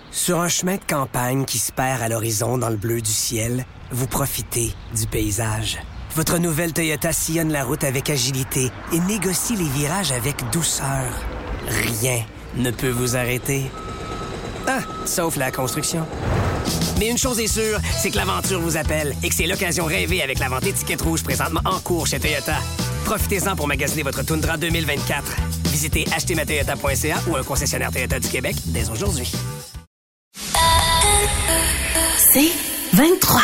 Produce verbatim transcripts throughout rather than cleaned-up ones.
Sur un chemin de campagne qui se perd à l'horizon dans le bleu du ciel, vous profitez du paysage. Votre nouvelle Toyota sillonne la route avec agilité et négocie les virages avec douceur. Rien ne peut vous arrêter. Ah, sauf la construction. Mais une chose est sûre, c'est que l'aventure vous appelle et que c'est l'occasion rêvée avec la vente étiquette rouge présentement en cours chez Toyota. Profitez-en pour magasiner votre Tundra deux mille vingt-quatre. Visitez acheter ma toyota point c a ou un concessionnaire Toyota du Québec dès aujourd'hui. C'est vingt-trois.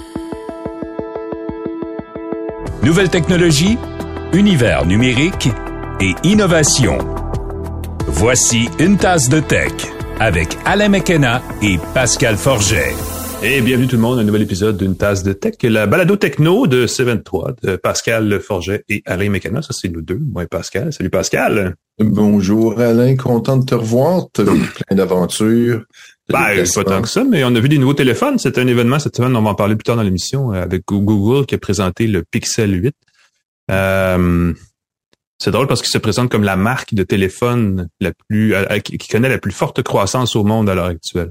Nouvelles technologies, univers numérique et innovation. Voici une tasse de tech avec Alain McKenna et Pascal Forget. Et bienvenue tout le monde à un nouvel épisode d'une tasse de tech, la balado techno de C vingt-trois de Pascal Forget et Alain McKenna. Ça, c'est nous deux, moi et Pascal. Salut Pascal. Bonjour Alain, content de te revoir. T'as eu plein d'aventures. Ben, pas tant que ça, mais on a vu des nouveaux téléphones. C'était un événement cette semaine, on va en parler plus tard dans l'émission, avec Google qui a présenté le Pixel huit. Euh, c'est drôle parce qu'il se présente comme la marque de téléphone la plus, euh, qui connaît la plus forte croissance au monde à l'heure actuelle.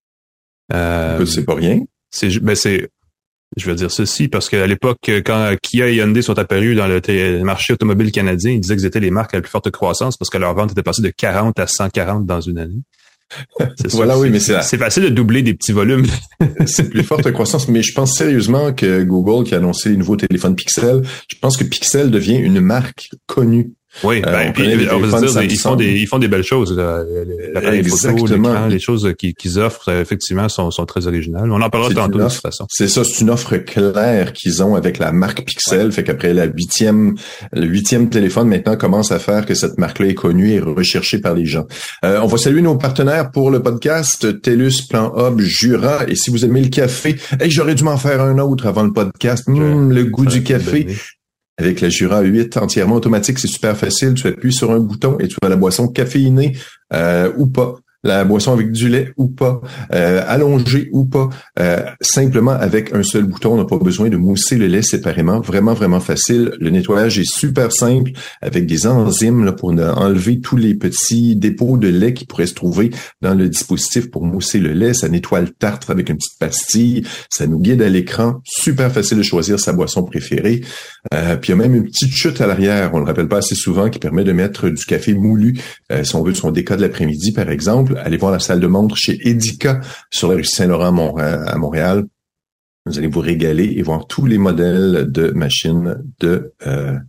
Euh, c'est pas rien. C'est, ben c'est, je veux dire ceci parce qu'à l'époque, quand Kia et Hyundai sont apparus dans le, t- le marché automobile canadien, ils disaient qu'ils étaient les marques à la plus forte croissance parce que leur vente était passée de quarante à cent quarante dans une année. C'est voilà, ça, oui, c'est, mais c'est la... c'est facile de doubler des petits volumes. C'est plus forte croissance, mais je pense sérieusement que Google qui a annoncé les nouveaux téléphones Pixel, je pense que Pixel devient une marque connue. Oui, euh, ben, puis, on va dire, ils font des, ils font des belles choses. Là. L'appareil photo, l'écran, les choses qu'ils, qu'ils offrent, effectivement, sont, sont très originales. On en parlera c'est tantôt de toute façon. C'est ça, c'est une offre claire qu'ils ont avec la marque Pixel. Ouais. Fait qu'après la huitième, le huitième téléphone maintenant commence à faire que cette marque-là est connue et recherchée par les gens. Euh, on va saluer nos partenaires pour le podcast, TELUS, Plan Hub, Jura. Et si vous aimez le café, hey, j'aurais dû m'en faire un autre avant le podcast. Mmh, le goût du café. Avec la Jura huit entièrement automatique, c'est super facile. Tu appuies sur un bouton et tu as la boisson caféinée euh, ou pas. La boisson avec du lait ou pas, euh, allongée ou pas, euh, simplement avec un seul bouton. On n'a pas besoin de mousser le lait séparément. Vraiment, vraiment facile. Le nettoyage est super simple avec des enzymes là, pour enlever tous les petits dépôts de lait qui pourraient se trouver dans le dispositif pour mousser le lait. Ça nettoie le tartre avec une petite pastille. Ça nous guide à l'écran. Super facile de choisir sa boisson préférée. Euh, puis il y a même une petite chute à l'arrière, on le rappelle pas assez souvent, qui permet de mettre du café moulu, euh, si on veut, de son déca de l'après-midi, par exemple. Allez voir la salle de montre chez Edica sur la rue Saint-Laurent à Montréal. Vous allez vous régaler et voir tous les modèles de machines de euh,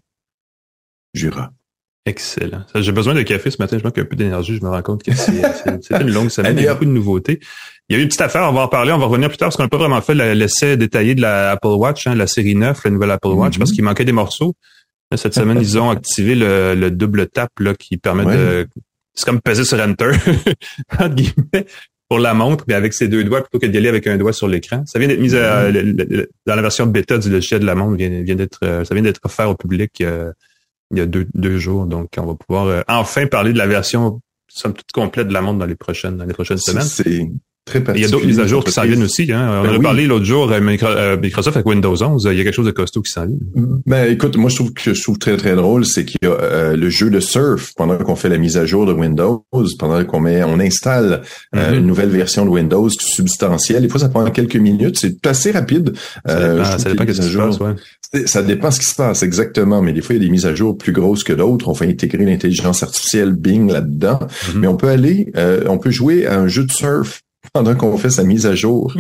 Jura. Excellent. J'ai besoin de café ce matin, je manque un peu d'énergie, je me rends compte que c'est, c'est, c'est une longue semaine, il y a beaucoup de nouveautés. Il y a eu une petite affaire, on va en parler, on va revenir plus tard parce qu'on n'a pas vraiment fait l'essai détaillé de la Apple Watch, hein, la série neuf, la nouvelle Apple Watch, mm-hmm. parce qu'il manquait des morceaux. Cette semaine, ils ont activé le, le double tap là, qui permet ouais. de... C'est comme peser sur Enter, entre guillemets, pour la montre, mais avec ses deux doigts plutôt que d'y aller avec un doigt sur l'écran. Ça vient d'être mis à, le, le, dans la version bêta du logiciel de la montre, vient, vient d'être, ça vient d'être offert au public euh, il y a deux, deux jours. Donc, on va pouvoir euh, enfin parler de la version somme toute complète de la montre dans les prochaines, dans les prochaines semaines. C'est très particulier. Il y a d'autres mises à jour qui s'en viennent aussi. Hein. On ben en a oui. parlé l'autre jour, euh, Microsoft avec Windows onze. Il y a quelque chose de costaud qui s'en vient. Ben, écoute, moi, je trouve que je trouve très, très drôle, c'est qu'il y a euh, le jeu de surf pendant qu'on fait la mise à jour de Windows, pendant qu'on met, on installe euh, mm-hmm. une nouvelle version de Windows substantielle. Des fois, ça prend quelques minutes. C'est assez rapide. Ça dépend, euh, ça dépend qu'est-ce qui se passe, ouais. Ça dépend ce qui se passe, exactement. Mais des fois, il y a des mises à jour plus grosses que d'autres. On fait intégrer l'intelligence artificielle Bing là-dedans. Mm-hmm. Mais on peut aller, euh, on peut jouer à un jeu de surf pendant qu'on fait sa mise à jour.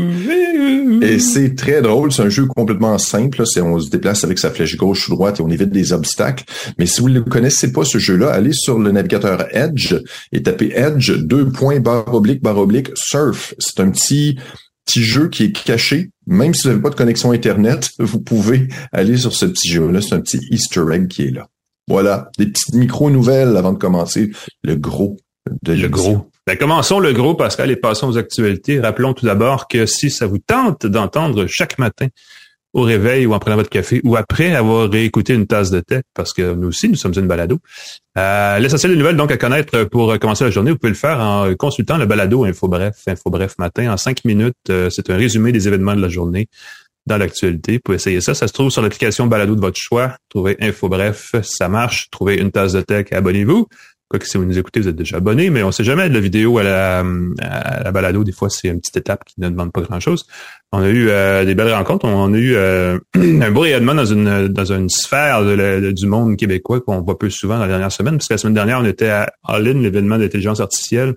Et c'est très drôle. C'est un jeu complètement simple. Là. C'est, on se déplace avec sa flèche gauche ou droite et on évite des obstacles. Mais si vous ne connaissez pas ce jeu-là, allez sur le navigateur Edge et tapez Edge, deux points, barre oblique, barre oblique, surf. C'est un petit... petit jeu qui est caché. Même si vous n'avez pas de connexion Internet, vous pouvez aller sur ce petit jeu-là. C'est un petit Easter egg qui est là. Voilà, des petites micro-nouvelles avant de commencer le gros de Le gros. Ben, commençons le gros, Pascal, et passons aux actualités. Rappelons tout d'abord que si ça vous tente d'entendre chaque matin au réveil ou en prenant votre café ou après avoir réécouté une tasse de tech, parce que nous aussi, nous sommes une balado. Euh, l'essentiel des nouvelles, donc, à connaître pour commencer la journée, vous pouvez le faire en consultant le balado InfoBref, InfoBref matin, en cinq minutes. Euh, c'est un résumé des événements de la journée dans l'actualité. Vous pouvez essayer ça. Ça se trouve sur l'application balado de votre choix. Trouvez InfoBref, ça marche. Trouvez une tasse de tech, abonnez-vous. Quoi que si vous nous écoutez, vous êtes déjà abonnés, mais on sait jamais de la vidéo à la, à la balado. Des fois, c'est une petite étape qui ne demande pas grand-chose. On a eu euh, des belles rencontres. On a eu euh, un beau rayonnement dans une dans une sphère de la, de, du monde québécois qu'on voit peu souvent dans la dernière semaine. Parce que la semaine dernière, on était à All-In, l'événement d'intelligence artificielle.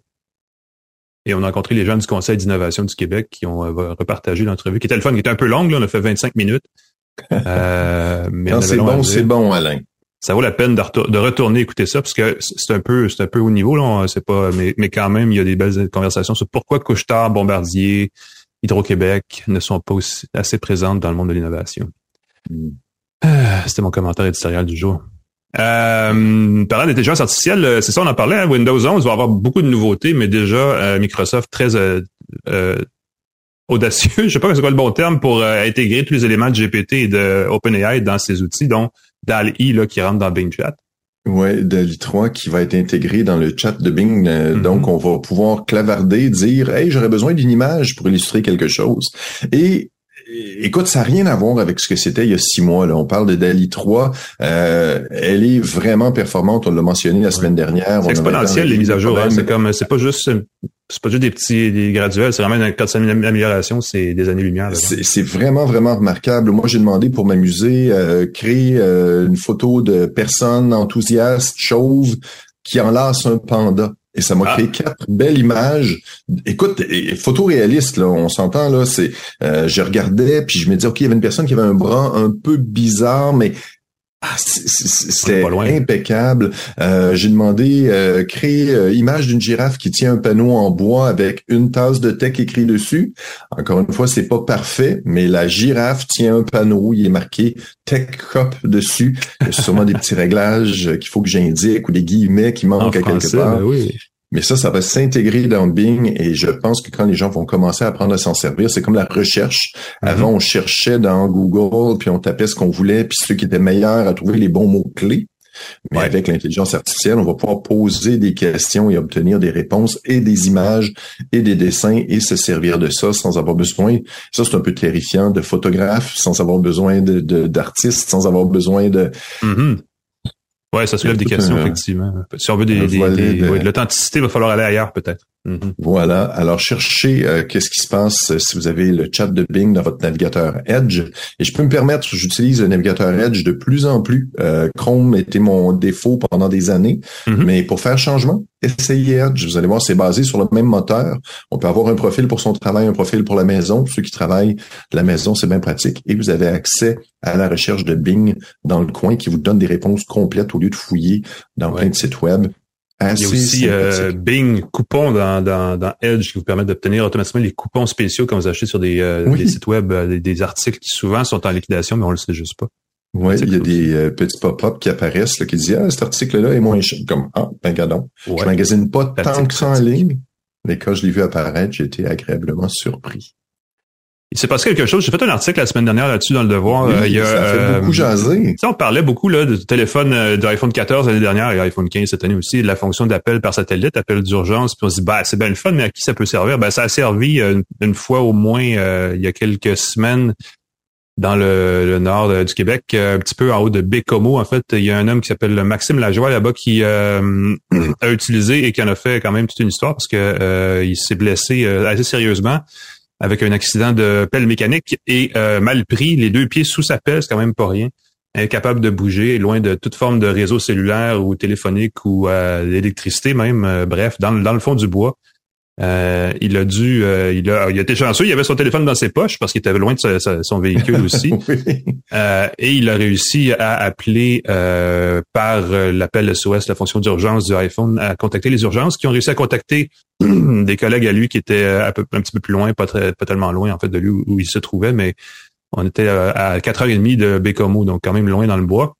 Et on a rencontré les gens du Conseil d'innovation du Québec qui ont euh, repartagé l'entrevue, qui était le fun, qui était un peu longue. Là, on a fait vingt-cinq minutes. Euh, mais non, c'est bon, c'est bon, Alain. Ça vaut la peine de, retour, de retourner écouter ça parce que c'est un peu c'est un peu haut niveau là, c'est pas mais mais quand même il y a des belles conversations sur pourquoi Couche-Tard, Bombardier, Hydro-Québec ne sont pas aussi, assez présentes dans le monde de l'innovation. Mm. Euh, c'était mon commentaire éditorial du jour. Euh, parlant d'intelligence artificielle, c'est ça on en parlait, hein, Windows onze va avoir beaucoup de nouveautés, mais déjà euh, Microsoft très euh, euh, audacieux, je sais pas c'est quoi le bon terme pour euh, intégrer tous les éléments de G P T et de OpenAI dans ses outils, dont D A L L-E là, qui rentre dans Bing Chat. Ouais, D A L L-E trois qui va être intégré dans le chat de Bing. Euh, mm-hmm. Donc, on va pouvoir clavarder, dire « Hey, j'aurais besoin d'une image pour illustrer quelque chose. » Et écoute, ça n'a rien à voir avec ce que c'était il y a six mois. Là, on parle de D A L L-E trois. Euh, elle est vraiment performante. On l'a mentionné la ouais. semaine dernière. C'est exponentiel les mises à jour. Hein, c'est comme, c'est pas juste, c'est pas juste des petits, des graduels. C'est vraiment quand c'est une amélioration, c'est des années-lumière. C'est, c'est vraiment, vraiment remarquable. Moi, j'ai demandé pour m'amuser, euh, créer euh, une photo de personnes enthousiastes, chauves, qui enlacent un panda. Et ça m'a ah. créé quatre belles images. Écoute, photoréaliste, là, on s'entend, là, c'est, euh, je regardais, puis je me disais, OK, il y avait une personne qui avait un bras un peu bizarre, mais ah, c'était impeccable. Euh, j'ai demandé euh, créer euh, image d'une girafe qui tient un panneau en bois avec une tasse de tech écrit dessus. Encore une fois, c'est pas parfait, mais la girafe tient un panneau, il est marqué Tech Cup dessus. Il y a sûrement des petits réglages qu'il faut que j'indique ou des guillemets qui manquent en à quelque part. Ben oui. Mais ça, ça va s'intégrer dans Bing et je pense que quand les gens vont commencer à apprendre à s'en servir, c'est comme la recherche. Mm-hmm. Avant, on cherchait dans Google, puis on tapait ce qu'on voulait, puis ceux qui étaient meilleurs à trouver les bons mots-clés. Mais ouais. avec l'intelligence artificielle, on va pouvoir poser des questions et obtenir des réponses et des images et des dessins et se servir de ça sans avoir besoin. Ça, c'est un peu terrifiant de photographe, sans avoir besoin de, de d'artistes, sans avoir besoin de... Mm-hmm. Ouais, ça soulève des questions, un, effectivement. Si on veut des, des, des de... Ouais, de l'authenticité, il va falloir aller ailleurs, peut-être. Mm-hmm. Voilà. Alors, cherchez euh, qu'est-ce qui se passe si vous avez le chat de Bing dans votre navigateur Edge. Et je peux me permettre, j'utilise le navigateur Edge de plus en plus. Euh, Chrome était mon défaut pendant des années. Mm-hmm. Mais pour faire changement, essayez Edge. Vous allez voir, c'est basé sur le même moteur. On peut avoir un profil pour son travail, un profil pour la maison. Ceux qui travaillent de la maison, c'est bien pratique. Et vous avez accès à la recherche de Bing dans le coin qui vous donne des réponses complètes au lieu de fouiller dans ouais. plein de sites web. Assez Il y a aussi euh, Bing coupons dans, dans, dans Edge qui vous permettent d'obtenir automatiquement les coupons spéciaux quand vous achetez sur des, euh, oui. des sites web, des, des articles qui souvent sont en liquidation, mais on le sait juste pas. Oui, il y a cool. des euh, petits pop-up qui apparaissent là, qui disent « Ah, cet article-là est moins cher. » Comme « Ah, ben gadon. Ouais. Je magasine pas tant que ça en ligne. » Mais quand je l'ai vu apparaître, j'ai été agréablement surpris. Il s'est passé quelque chose. J'ai fait un article la semaine dernière là-dessus dans Le Devoir. Oui, euh, il y a, ça fait euh, beaucoup jaser. On parlait beaucoup là du téléphone euh, de l'iPhone quatorze l'année dernière et l'iPhone quinze cette année aussi, de la fonction d'appel par satellite, appel d'urgence. Puis on se dit, bah c'est bien le fun, mais à qui ça peut servir? Ben ça a servi euh, une, une fois au moins euh, il y a quelques semaines dans le, le nord de, du Québec, euh, un petit peu en haut de Bécomo. En fait, il y a un homme qui s'appelle Maxime Lajoie là-bas qui euh, a utilisé et qui en a fait quand même toute une histoire parce que euh, il s'est blessé euh, assez sérieusement avec un accident de pelle mécanique et euh, mal pris, les deux pieds sous sa pelle, c'est quand même pas rien. Incapable de bouger, loin de toute forme de réseau cellulaire ou téléphonique ou euh, d'électricité même, euh, bref, dans, dans le fond du bois. Euh, il a dû, euh, il a, il a été chanceux, il avait son téléphone dans ses poches parce qu'il était loin de sa, sa, son véhicule aussi. Oui. euh, et il a réussi à appeler euh, par l'appel S O S, la fonction d'urgence du iPhone, à contacter les urgences, qui ont réussi à contacter des collègues à lui qui étaient un, peu, un petit peu plus loin, pas très, pas tellement loin en fait de lui où, où il se trouvait, mais on était à quatre heures trente de Bécomo, donc quand même loin dans le bois.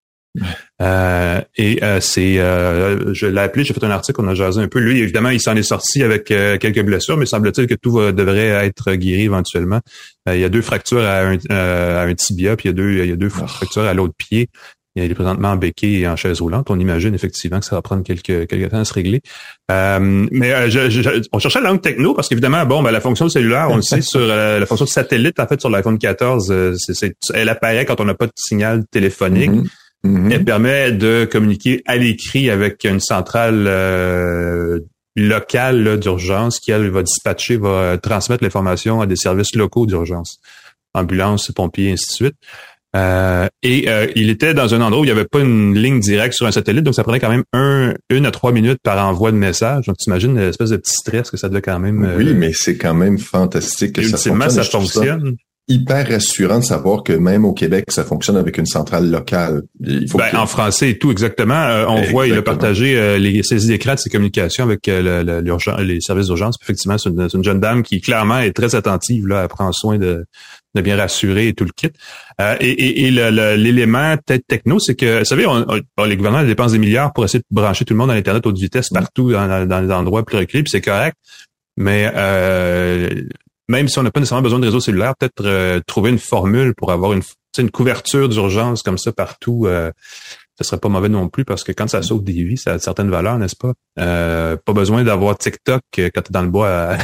Euh, et euh, c'est, euh, je l'ai appelé, j'ai fait un article, on a jasé un peu. Lui, évidemment, il s'en est sorti avec euh, quelques blessures, mais semble-t-il que tout va, devrait être guéri éventuellement. Euh, il y a deux fractures à un, euh, à un tibia, puis il y a deux, il y a deux oh. fractures à l'autre pied. Il est présentement en béquille et en chaise roulante. On imagine effectivement que ça va prendre quelques quelques temps à se régler. Euh, mais euh, je, je, on cherchait la langue techno parce qu'évidemment, bon, ben la fonction cellulaire, on le sait, sur euh, la fonction de satellite, en fait, sur l'iPhone quatorze, euh, c'est, c'est, elle apparaît quand on n'a pas de signal téléphonique. Mm-hmm. Mm-hmm. Elle permet de communiquer à l'écrit avec une centrale euh, locale là, d'urgence qui, elle, va dispatcher, va transmettre l'information à des services locaux d'urgence, ambulances, pompiers, ainsi de suite. Euh, et euh, il était dans un endroit où il n'y avait pas une ligne directe sur un satellite, donc ça prenait quand même un, une à trois minutes par envoi de message. Donc, tu imagines l'espèce de petit stress que ça devait quand même... Euh, oui, mais c'est quand même fantastique que ça fonctionne. ça fonctionne. Hyper rassurant de savoir que même au Québec, ça fonctionne avec une centrale locale. Il faut ben, que... En français et tout, exactement. Euh, on exactement. voit, il a partagé euh, les saisies d'écran de ses communications avec euh, le, le, les services d'urgence. Puis, effectivement, c'est une, c'est une jeune dame qui, clairement, est très attentive. Là, elle prend soin de... de bien rassurer et tout le kit. Euh, et et, et le, le, l'élément peut-être techno, c'est que, vous savez, on, on, les gouvernements dépensent des milliards pour essayer de brancher tout le monde à l'Internet haute vitesse partout dans, dans les endroits plus reculés, puis c'est correct. Mais euh, même si on n'a pas nécessairement besoin de réseau cellulaire, peut-être euh, trouver une formule pour avoir une, une couverture d'urgence comme ça partout, euh, ce serait pas mauvais non plus, parce que quand ça sauve des vies, ça a certaines valeurs, n'est-ce pas? Euh, pas besoin d'avoir TikTok quand t'es dans le bois à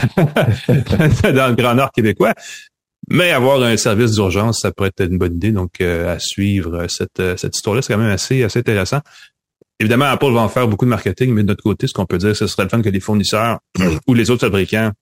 dans le Grand Nord québécois. Mais avoir un service d'urgence, ça pourrait être une bonne idée. Donc, euh, à suivre cette cette histoire-là, c'est quand même assez assez intéressant. Évidemment, Apple va en faire beaucoup de marketing, mais de notre côté, ce qu'on peut dire, ce serait le fun que les fournisseurs ou les autres fabricants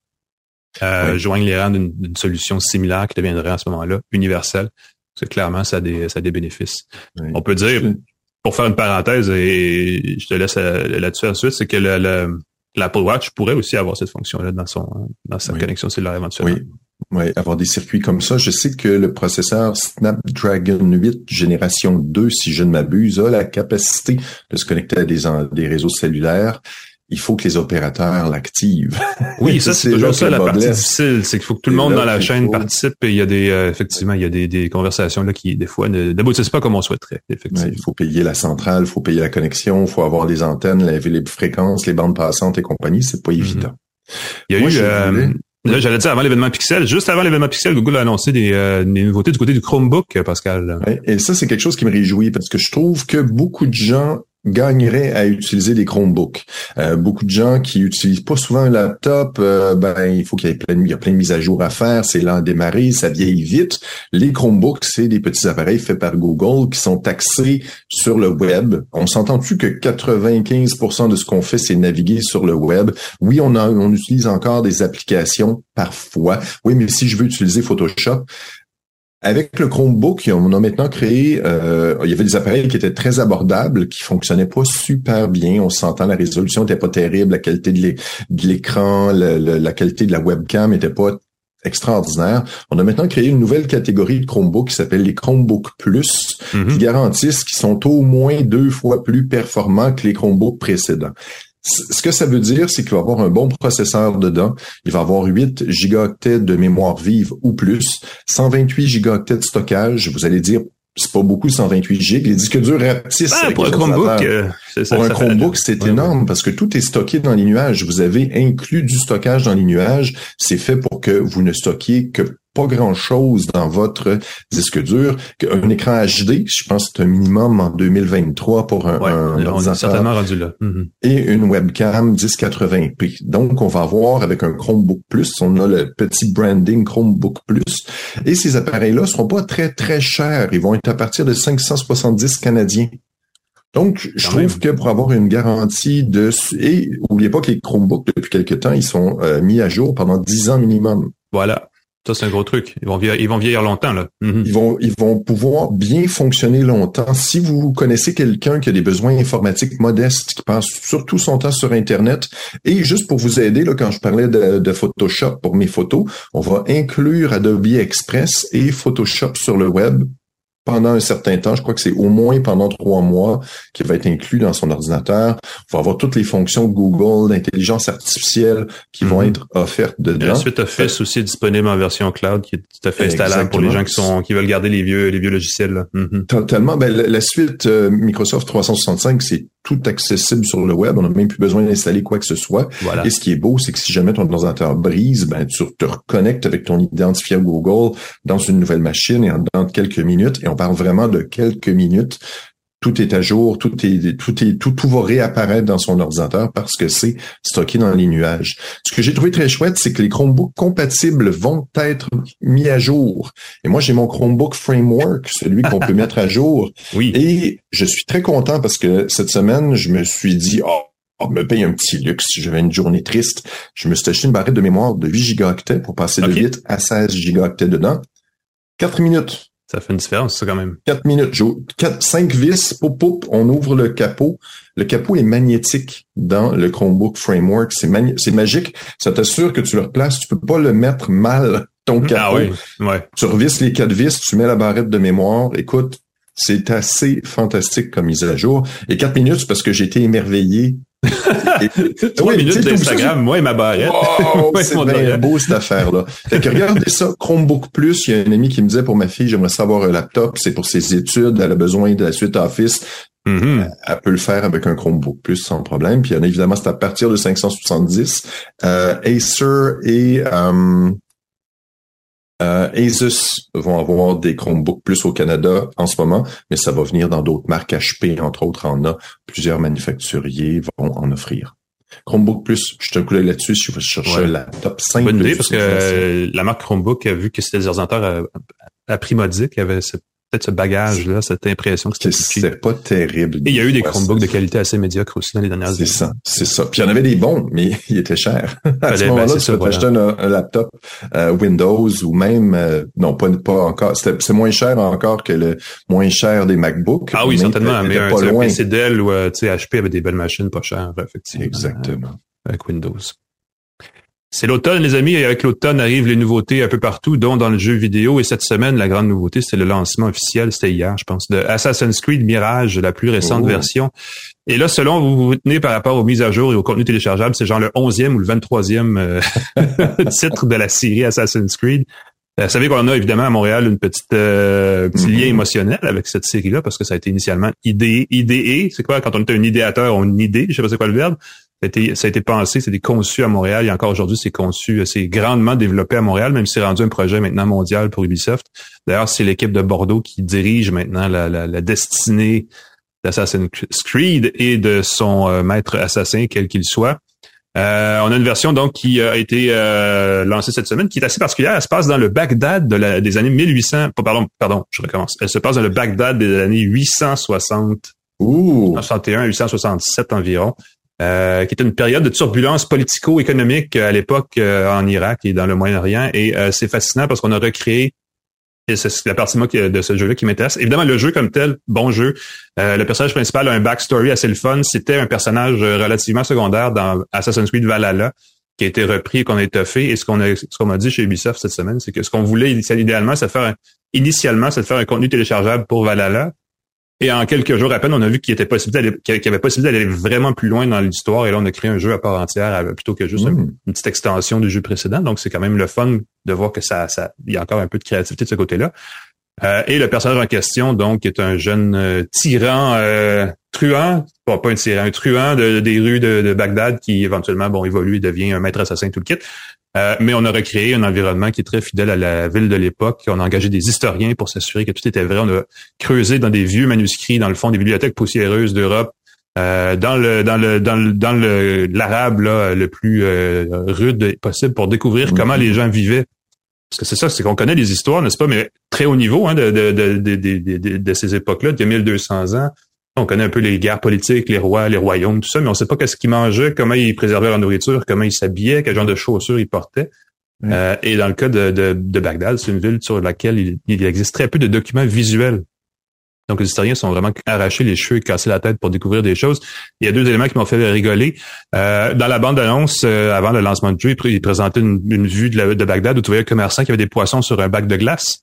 euh, oui. joignent les rangs d'une, d'une solution similaire qui deviendrait à ce moment-là universelle. Parce que clairement, ça a des, ça a des bénéfices. Oui. On peut dire, pour faire une parenthèse, et je te laisse là-dessus ensuite, c'est que le, le, l'Apple Watch pourrait aussi avoir cette fonction-là dans son dans sa oui. connexion cellulaire éventuellement. Oui. Oui, avoir des circuits comme ça. Je sais que le processeur Snapdragon huit génération deux, si je ne m'abuse, a la capacité de se connecter à des, des réseaux cellulaires. Il faut que les opérateurs l'activent. Oui, ça, c'est, c'est toujours ça la partie blesse. difficile. C'est qu'il faut que tout le monde dans la chaîne faut... participe. Et il y a des, euh, effectivement, il y a des, des conversations là qui, des fois, ne n'aboutissent pas comme on souhaiterait. Effectivement. Ouais, il faut payer la centrale, il faut payer la connexion, il faut avoir les antennes, les, les fréquences, les bandes passantes et compagnie. C'est pas évident. Mm-hmm. Il y a Moi, eu... Euh, Là, j'allais dire avant l'événement Pixel, juste avant l'événement Pixel, Google a annoncé des, euh, des nouveautés du côté du Chromebook, Pascal. Ouais, et ça, c'est quelque chose qui me réjouit parce que je trouve que beaucoup de gens gagneraient à utiliser des Chromebooks. Euh, beaucoup de gens qui utilisent pas souvent un laptop, euh, ben il faut qu'il y ait plein de, il y a plein de mises à jour à faire, c'est lent à démarrer, ça vieillit vite. Les Chromebooks, c'est des petits appareils faits par Google qui sont axés sur le web. On s'entend-tu que quatre-vingt-quinze pour cent de ce qu'on fait, c'est naviguer sur le web? Oui, on a, on utilise encore des applications parfois. Oui, mais si je veux utiliser Photoshop, avec le Chromebook, on a maintenant créé, euh, il y avait des appareils qui étaient très abordables, qui fonctionnaient pas super bien. On s'entend, la résolution était pas terrible, la qualité de, l'é- de l'écran, la, la, la qualité de la webcam était pas extraordinaire. On a maintenant créé une nouvelle catégorie de Chromebook qui s'appelle les Chromebook Plus, mm-hmm. qui garantissent qu'ils sont au moins deux fois plus performants que les Chromebooks précédents. Ce que ça veut dire, c'est qu'il va avoir un bon processeur dedans. Il va avoir huit gigaoctets de mémoire vive ou plus, cent vingt-huit gigaoctets de stockage. Vous allez dire, c'est pas beaucoup, cent vingt-huit gigs. Les disques durs rapetissent. Ah, pour un Chromebook, euh, c'est ça, pour un Chromebook, c'est ouais, énorme ouais. parce que tout est stocké dans les nuages. Vous avez inclus du stockage dans les nuages. C'est fait pour que vous ne stockiez que pas grand-chose dans votre disque dur. Un écran H D, je pense que c'est un minimum en deux mille vingt-trois pour un, ouais, un on est certainement rendu là. Mm-hmm. Et une webcam dix quatre-vingts p. Donc, on va avoir avec un Chromebook Plus, on a le petit branding Chromebook Plus. Et ces appareils-là seront pas très, très chers. Ils vont être à partir de cinq cent soixante-dix canadiens. Donc, je Quand trouve même. que pour avoir une garantie de... Et n'oubliez pas que les Chromebooks, depuis quelques temps, ils sont euh, mis à jour pendant dix ans minimum. Voilà. Ça, c'est un gros truc. Ils vont vieillir, ils vont vieillir longtemps, là. Mm-hmm. Ils vont, ils vont pouvoir bien fonctionner longtemps. Si vous connaissez quelqu'un qui a des besoins informatiques modestes, qui passe surtout son temps sur Internet, et juste pour vous aider, là, quand je parlais de, de Photoshop pour mes photos, on va inclure Adobe Express et Photoshop sur le web pendant un certain temps. Je crois que c'est au moins pendant trois mois qui va être inclus dans son ordinateur. Il va avoir toutes les fonctions de Google, d'intelligence artificielle qui mm-hmm. vont être offertes dedans. La suite Office aussi disponible en version cloud qui est tout à fait installable Exactement. pour les gens qui sont qui veulent garder les vieux les vieux logiciels. Là. Mm-hmm. Totalement. Ben, la, la suite euh, Microsoft trois cent soixante-cinq, c'est tout accessible sur le web. On n'a même plus besoin d'installer quoi que ce soit. Voilà. Et ce qui est beau, c'est que si jamais ton ordinateur brise, ben tu te reconnectes avec ton identifiant Google dans une nouvelle machine et en dans quelques minutes. Et on parle vraiment de quelques minutes. tout est à jour, tout est, tout est, tout, tout va réapparaître dans son ordinateur parce que c'est stocké dans les nuages. Ce que j'ai trouvé très chouette, c'est que les Chromebooks compatibles vont être mis à jour. Et moi, j'ai mon Chromebook Framework, celui qu'on peut mettre à jour. Oui. Et je suis très content parce que cette semaine, je me suis dit, oh, on me paye un petit luxe. J'avais une journée triste. Je me suis acheté une barrette de mémoire de huit gigaoctets pour passer de okay. huit à seize gigaoctets dedans. Quatre minutes. Ça fait une différence, ça, quand même. Quatre minutes. Quatre, cinq vis, poup, poup, on ouvre le capot. Le capot est magnétique dans le Chromebook Framework. C'est, magn- c'est magique. Ça t'assure que tu le replaces. Tu peux pas le mettre mal, ton capot. Ah oui, ouais. Tu revisses les quatre vis, tu mets la barrette de mémoire. Écoute, c'est assez fantastique comme mise à jour. Et quatre minutes, c'est parce que j'ai été émerveillé. Trois oui, minutes d'Instagram, moi et ma barrette. Wow, c'est bien beau, cette affaire-là. Fait que regardez ça, Chromebook Plus, il y a un ami qui me disait pour ma fille, j'aimerais savoir un laptop, c'est pour ses études, elle a besoin de la suite Office. Mm-hmm. Elle peut le faire avec un Chromebook Plus sans problème. Puis évidemment, c'est à partir de cinq cent soixante-dix. Euh, Acer et... Euh, Euh, Asus vont avoir des Chromebooks Plus au Canada en ce moment, mais ça va venir dans d'autres marques. H P, entre autres, en a. Plusieurs manufacturiers vont en offrir. Chromebook Plus, je te un coup d'œil là-dessus si je chercher ouais. un laptop simple. Bonne idée, parce que euh, la marque Chromebook a vu que c'était des ordinateurs à, à prix modique, il y avait cette peut-être ce bagage-là, cette impression que c'était C'était pas terrible. Et il y a eu des Chromebooks de qualité assez médiocre aussi dans les dernières années. C'est ça, c'est ça. Puis il y en avait des bons, mais ils étaient chers. à ce moment-là, ben, tu peux voilà. t'acheter un, un laptop euh, Windows ou même, euh, non, pas, pas encore, c'était, c'est moins cher encore que le moins cher des MacBooks. Ah oui, certainement, mais un, pas loin. un P C Dell ou euh, tu sais, H P avait des belles machines pas chères, effectivement. Exactement. Euh, avec Windows. C'est l'automne, les amis, et avec l'automne arrivent les nouveautés un peu partout, dont dans le jeu vidéo. Et cette semaine, la grande nouveauté, c'était le lancement officiel, c'était hier, je pense, de Assassin's Creed Mirage, la plus récente oh. version. Et là, selon vous vous tenez par rapport aux mises à jour et au contenu téléchargeable, c'est genre le onzième ou le vingt-troisième euh, titre de la série Assassin's Creed. Euh, vous savez qu'on a évidemment à Montréal une petite euh, petit mm-hmm. lien émotionnel avec cette série-là, parce que ça a été initialement idéé. Idéé, c'est quoi? Quand on est un idéateur, on idée, je sais pas c'est quoi le verbe. Ça a été, ça a été pensé, c'était conçu à Montréal, et encore aujourd'hui, c'est conçu, c'est grandement développé à Montréal, même si c'est rendu un projet maintenant mondial pour Ubisoft. D'ailleurs, c'est l'équipe de Bordeaux qui dirige maintenant la, la, la destinée d'Assassin's Creed et de son euh, maître assassin, quel qu'il soit. Euh, on a une version donc qui a été euh, lancée cette semaine, qui est assez particulière. Elle se passe dans le Bagdad de la, des années mille huit cents. Pardon, pardon, je recommence. Elle se passe dans le Bagdad des années huit cent soixante, Ouh. soixante et un à huit cent soixante-sept environ. Euh, qui était une période de turbulence politico-économique à l'époque euh, en Irak et dans le Moyen-Orient. Et euh, c'est fascinant parce qu'on a recréé, et c'est la partie moi de ce jeu-là qui m'intéresse. Évidemment, le jeu comme tel, bon jeu. Euh, le personnage principal a un backstory assez le fun. C'était un personnage relativement secondaire dans Assassin's Creed Valhalla, qui a été repris et qu'on a étoffé. Et ce qu'on a, ce qu'on m'a dit chez Ubisoft cette semaine, c'est que ce qu'on voulait idéalement, c'est de faire un, initialement, c'est de faire un contenu téléchargeable pour Valhalla. Et en quelques jours à peine, on a vu qu'il était possible d'aller, qu'il y avait possibilité d'aller vraiment plus loin dans l'histoire. Et là, on a créé un jeu à part entière plutôt que juste mmh. une petite extension du jeu précédent. Donc, c'est quand même le fun de voir que ça, ça, il y a encore un peu de créativité de ce côté-là. Euh, et le personnage en question, donc, est un jeune euh, tyran, euh, truand, bon, pas un tyran, un truand de, des rues de, de Bagdad qui éventuellement, bon, évolue et devient un maître assassin tout le kit. Euh, mais on a recréé un environnement qui est très fidèle à la ville de l'époque. On a engagé des historiens pour s'assurer que tout était vrai. On a creusé dans des vieux manuscrits, dans le fond des bibliothèques poussiéreuses d'Europe, euh, dans le dans le dans le dans le l'arabe là le plus euh, rude possible pour découvrir mmh. comment les gens vivaient. Parce que c'est ça, c'est qu'on connaît les histoires, n'est-ce pas, mais très haut niveau hein, de, de, de, de, de, de, de ces époques-là, d'il y a mille deux cents ans. On connaît un peu les guerres politiques, les rois, les royaumes, tout ça, mais on ne sait pas qu'est-ce qu'ils mangeaient, comment ils préservaient leur nourriture, comment ils s'habillaient, quel genre de chaussures ils portaient. Oui. Euh, et dans le cas de, de, de Bagdad, c'est une ville sur laquelle il, il existe très peu de documents visuels. Donc, les historiens sont vraiment arrachés les cheveux et cassés la tête pour découvrir des choses. Il y a deux éléments qui m'ont fait rigoler. Euh, dans la bande-annonce, euh, avant le lancement du jeu, ils présentaient une, une vue de, la, de Bagdad où tu voyais un commerçant qui avait des poissons sur un bac de glace.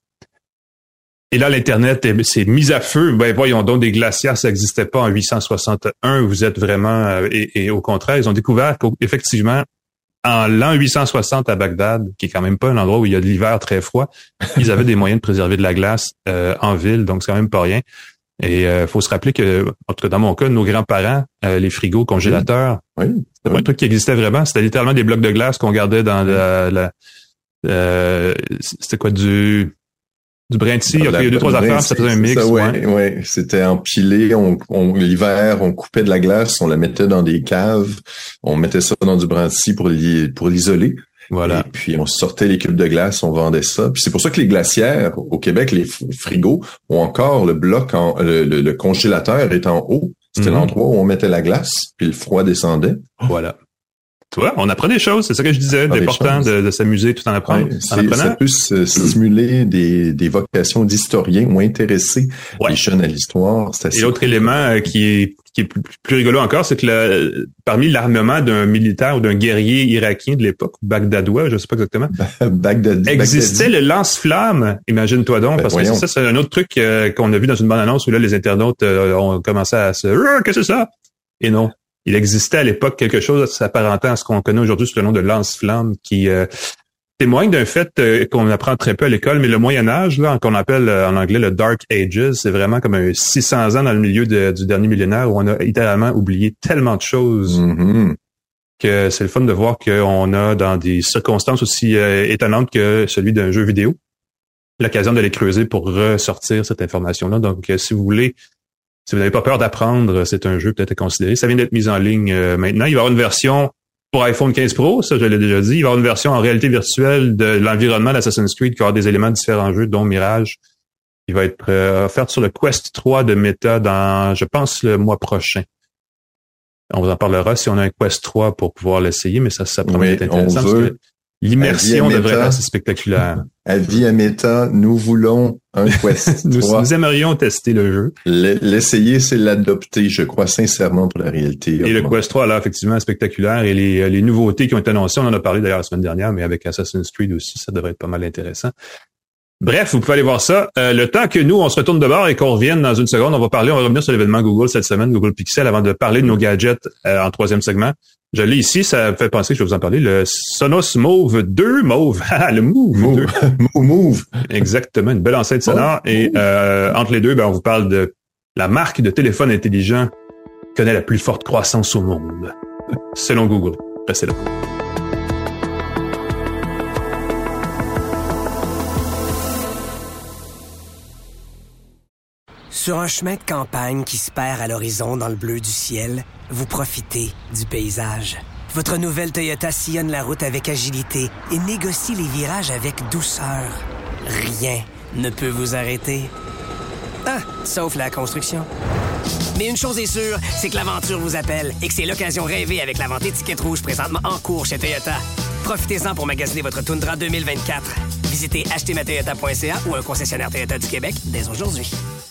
Et là, l'Internet s'est mis à feu. Ben, voyons donc, des glacières, ça n'existait pas en huit cent soixante et un. Vous êtes vraiment... Euh, et, et au contraire, ils ont découvert qu'effectivement, en l'an huit cent soixante à Bagdad, qui est quand même pas un endroit où il y a de l'hiver très froid, ils avaient des moyens de préserver de la glace euh, en ville, donc c'est quand même pas rien. Et il euh, faut se rappeler que, en tout cas dans mon cas, nos grands-parents, euh, les frigos, congélateurs, oui. Oui. c'était pas un truc qui existait vraiment. C'était littéralement des blocs de glace qu'on gardait dans la... la euh, c'était quoi, du... Du Brinty, il y a eu deux, trois affaires, ça faisait un mix. Ça, ouais, ouais. ouais. C'était empilé, on, on, l'hiver, on coupait de la glace, on la mettait dans des caves, on mettait ça dans du Brinty pour l'y, pour l'isoler. Voilà. Et puis, on sortait les cubes de glace, on vendait ça. Puis c'est pour ça que les glacières, au Québec, les frigos, ont encore le bloc, en, le, le, le congélateur est en haut. C'était mm-hmm. l'endroit où on mettait la glace, puis le froid descendait. Voilà. Tu vois, on apprend des choses, c'est ça que je disais, d'important de, de s'amuser tout en apprenant. Ouais, en apprenant. Ça peut stimuler des, des vocations d'historiens ou intéresser ouais. les jeunes à l'histoire. Et l'autre élément euh, qui est qui est plus, plus rigolo encore, c'est que le, parmi l'armement d'un militaire ou d'un guerrier irakien de l'époque, bagdadois, je sais pas exactement, Bagdadi, existait Bagdadi. Le lance-flamme. Imagine-toi donc, ben, parce voyons. que ça, c'est un autre truc euh, qu'on a vu dans une bande-annonce où là les internautes euh, ont commencé à se « Qu'est-ce que c'est ça? » Et non. Il existait à l'époque quelque chose s'apparentant à ce qu'on connaît aujourd'hui sous le nom de lance-flamme qui euh, témoigne d'un fait euh, qu'on apprend très peu à l'école, mais le Moyen-Âge, là, qu'on appelle euh, en anglais le Dark Ages, c'est vraiment comme un six cents ans dans le milieu de, du dernier millénaire où on a littéralement oublié tellement de choses mm-hmm. que c'est le fun de voir qu'on a dans des circonstances aussi euh, étonnantes que celui d'un jeu vidéo l'occasion de les creuser pour ressortir cette information-là. Donc, euh, si vous voulez Si vous n'avez pas peur d'apprendre, c'est un jeu peut-être à considérer. Ça vient d'être mis en ligne euh, maintenant. Il va y avoir une version pour iPhone quinze Pro, ça je l'ai déjà dit. Il va y avoir une version en réalité virtuelle de l'environnement d'Assassin's Creed qui va avoir des éléments de différents jeux, dont Mirage. Il va être euh, offert sur le Quest trois de Meta dans, je pense, le mois prochain. On vous en parlera si on a un Quest trois pour pouvoir l'essayer, mais ça, ça promet oui, d'être intéressant. On veut. L'immersion devrait être assez spectaculaire. Avis à Meta, nous voulons un Quest nous, trois. Nous aimerions tester le jeu. L'essayer, c'est l'adopter, je crois sincèrement, pour la réalité. Et le Quest trois, là, effectivement, spectaculaire. Et les, les nouveautés qui ont été annoncées, on en a parlé d'ailleurs la semaine dernière, mais avec Assassin's Creed aussi, ça devrait être pas mal intéressant. Bref, vous pouvez aller voir ça. Euh, le temps que nous, on se retourne de bord et qu'on revienne dans une seconde, on va parler, on va revenir sur l'événement Google cette semaine, Google Pixel, avant de parler de nos gadgets euh, en troisième segment. Je l'ai ici, ça me fait penser que je vais vous en parler, le Sonos Move deux, Move, le Move Move, deux. Move. Exactement, une belle enceinte sonore. Oh, et euh, entre les deux, ben, on vous parle de la marque de téléphone intelligent qui connaît la plus forte croissance au monde, selon Google. Restez là. Sur un chemin de campagne qui se perd à l'horizon dans le bleu du ciel, vous profitez du paysage. Votre nouvelle Toyota sillonne la route avec agilité et négocie les virages avec douceur. Rien ne peut vous arrêter. Ah, sauf la construction. Mais une chose est sûre, c'est que l'aventure vous appelle et que c'est l'occasion rêvée avec la vente étiquette rouge présentement en cours chez Toyota. Profitez-en pour magasiner votre Tundra deux mille vingt-quatre. Visitez acheter ma toyota point c a ou un concessionnaire Toyota du Québec dès aujourd'hui.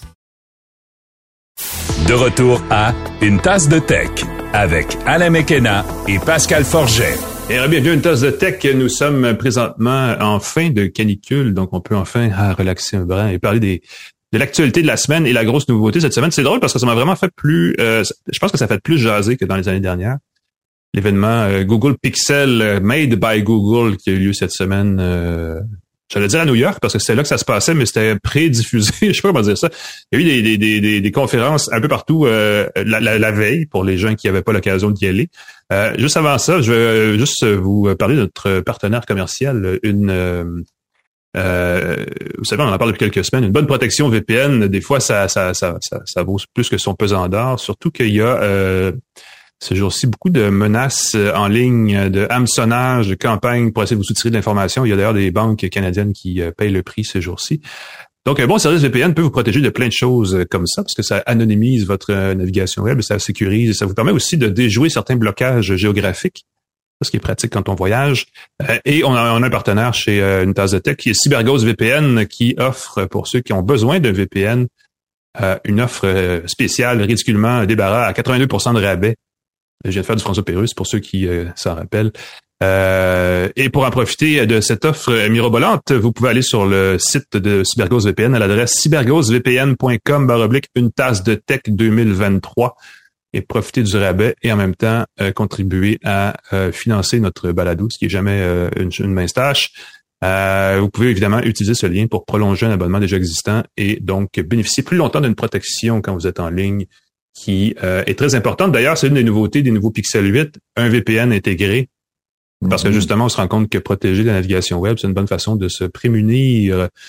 De retour à Une tasse de tech avec Alain McKenna et Pascal Forget. Et bienvenue à Une tasse de tech. Nous sommes présentement en fin de canicule, donc on peut enfin ah, relaxer un brin et parler des de l'actualité de la semaine et la grosse nouveauté cette semaine. C'est drôle parce que ça m'a vraiment fait plus... Euh, je pense que ça fait plus jaser que dans les années dernières. L'événement euh, Google Pixel euh, Made by Google qui a eu lieu cette semaine... Euh, J'allais dire à New York parce que c'était là que ça se passait, mais c'était pré-diffusé. Je sais pas comment dire ça. Il y a eu des, des, des, des conférences un peu partout euh, la, la, la veille pour les gens qui n'avaient pas l'occasion d'y aller. Euh, juste avant ça, je vais juste vous parler de notre partenaire commercial, une euh, euh, vous savez, on en parle depuis quelques semaines, une bonne protection V P N. Des fois, ça ça ça ça, ça vaut plus que son pesant d'or. Surtout qu'il y a euh, ce jour-ci, beaucoup de menaces en ligne, de hameçonnage, de campagnes pour essayer de vous soutirer de l'information. Il y a d'ailleurs des banques canadiennes qui payent le prix ce jour-ci. Donc, un bon service V P N peut vous protéger de plein de choses comme ça, parce que ça anonymise votre navigation web, ça sécurise, et ça vous permet aussi de déjouer certains blocages géographiques, ce qui est pratique quand on voyage. Et on a, on a un partenaire chez Une tasse de tech qui est CyberGhost V P N, qui offre, pour ceux qui ont besoin d'un V P N, une offre spéciale, ridiculement débarras à quatre-vingt-deux pour cent de rabais. Je viens de faire du François Pérusse pour ceux qui euh, s'en rappellent. Euh, et pour en profiter de cette offre mirobolante, vous pouvez aller sur le site de CyberGhost V P N à l'adresse cyberghostvpn point com baroblique une tasse de tech deux mille vingt-trois et profiter du rabais et en même temps euh, contribuer à euh, financer notre balado, ce qui est jamais euh, une, une mince tâche. Euh, vous pouvez évidemment utiliser ce lien pour prolonger un abonnement déjà existant et donc bénéficier plus longtemps d'une protection quand vous êtes en ligne, qui euh, est très importante. D'ailleurs, c'est une des nouveautés des nouveaux Pixel huit, un V P N intégré, parce que justement, on se rend compte que protéger la navigation web, c'est une bonne façon de se prémunir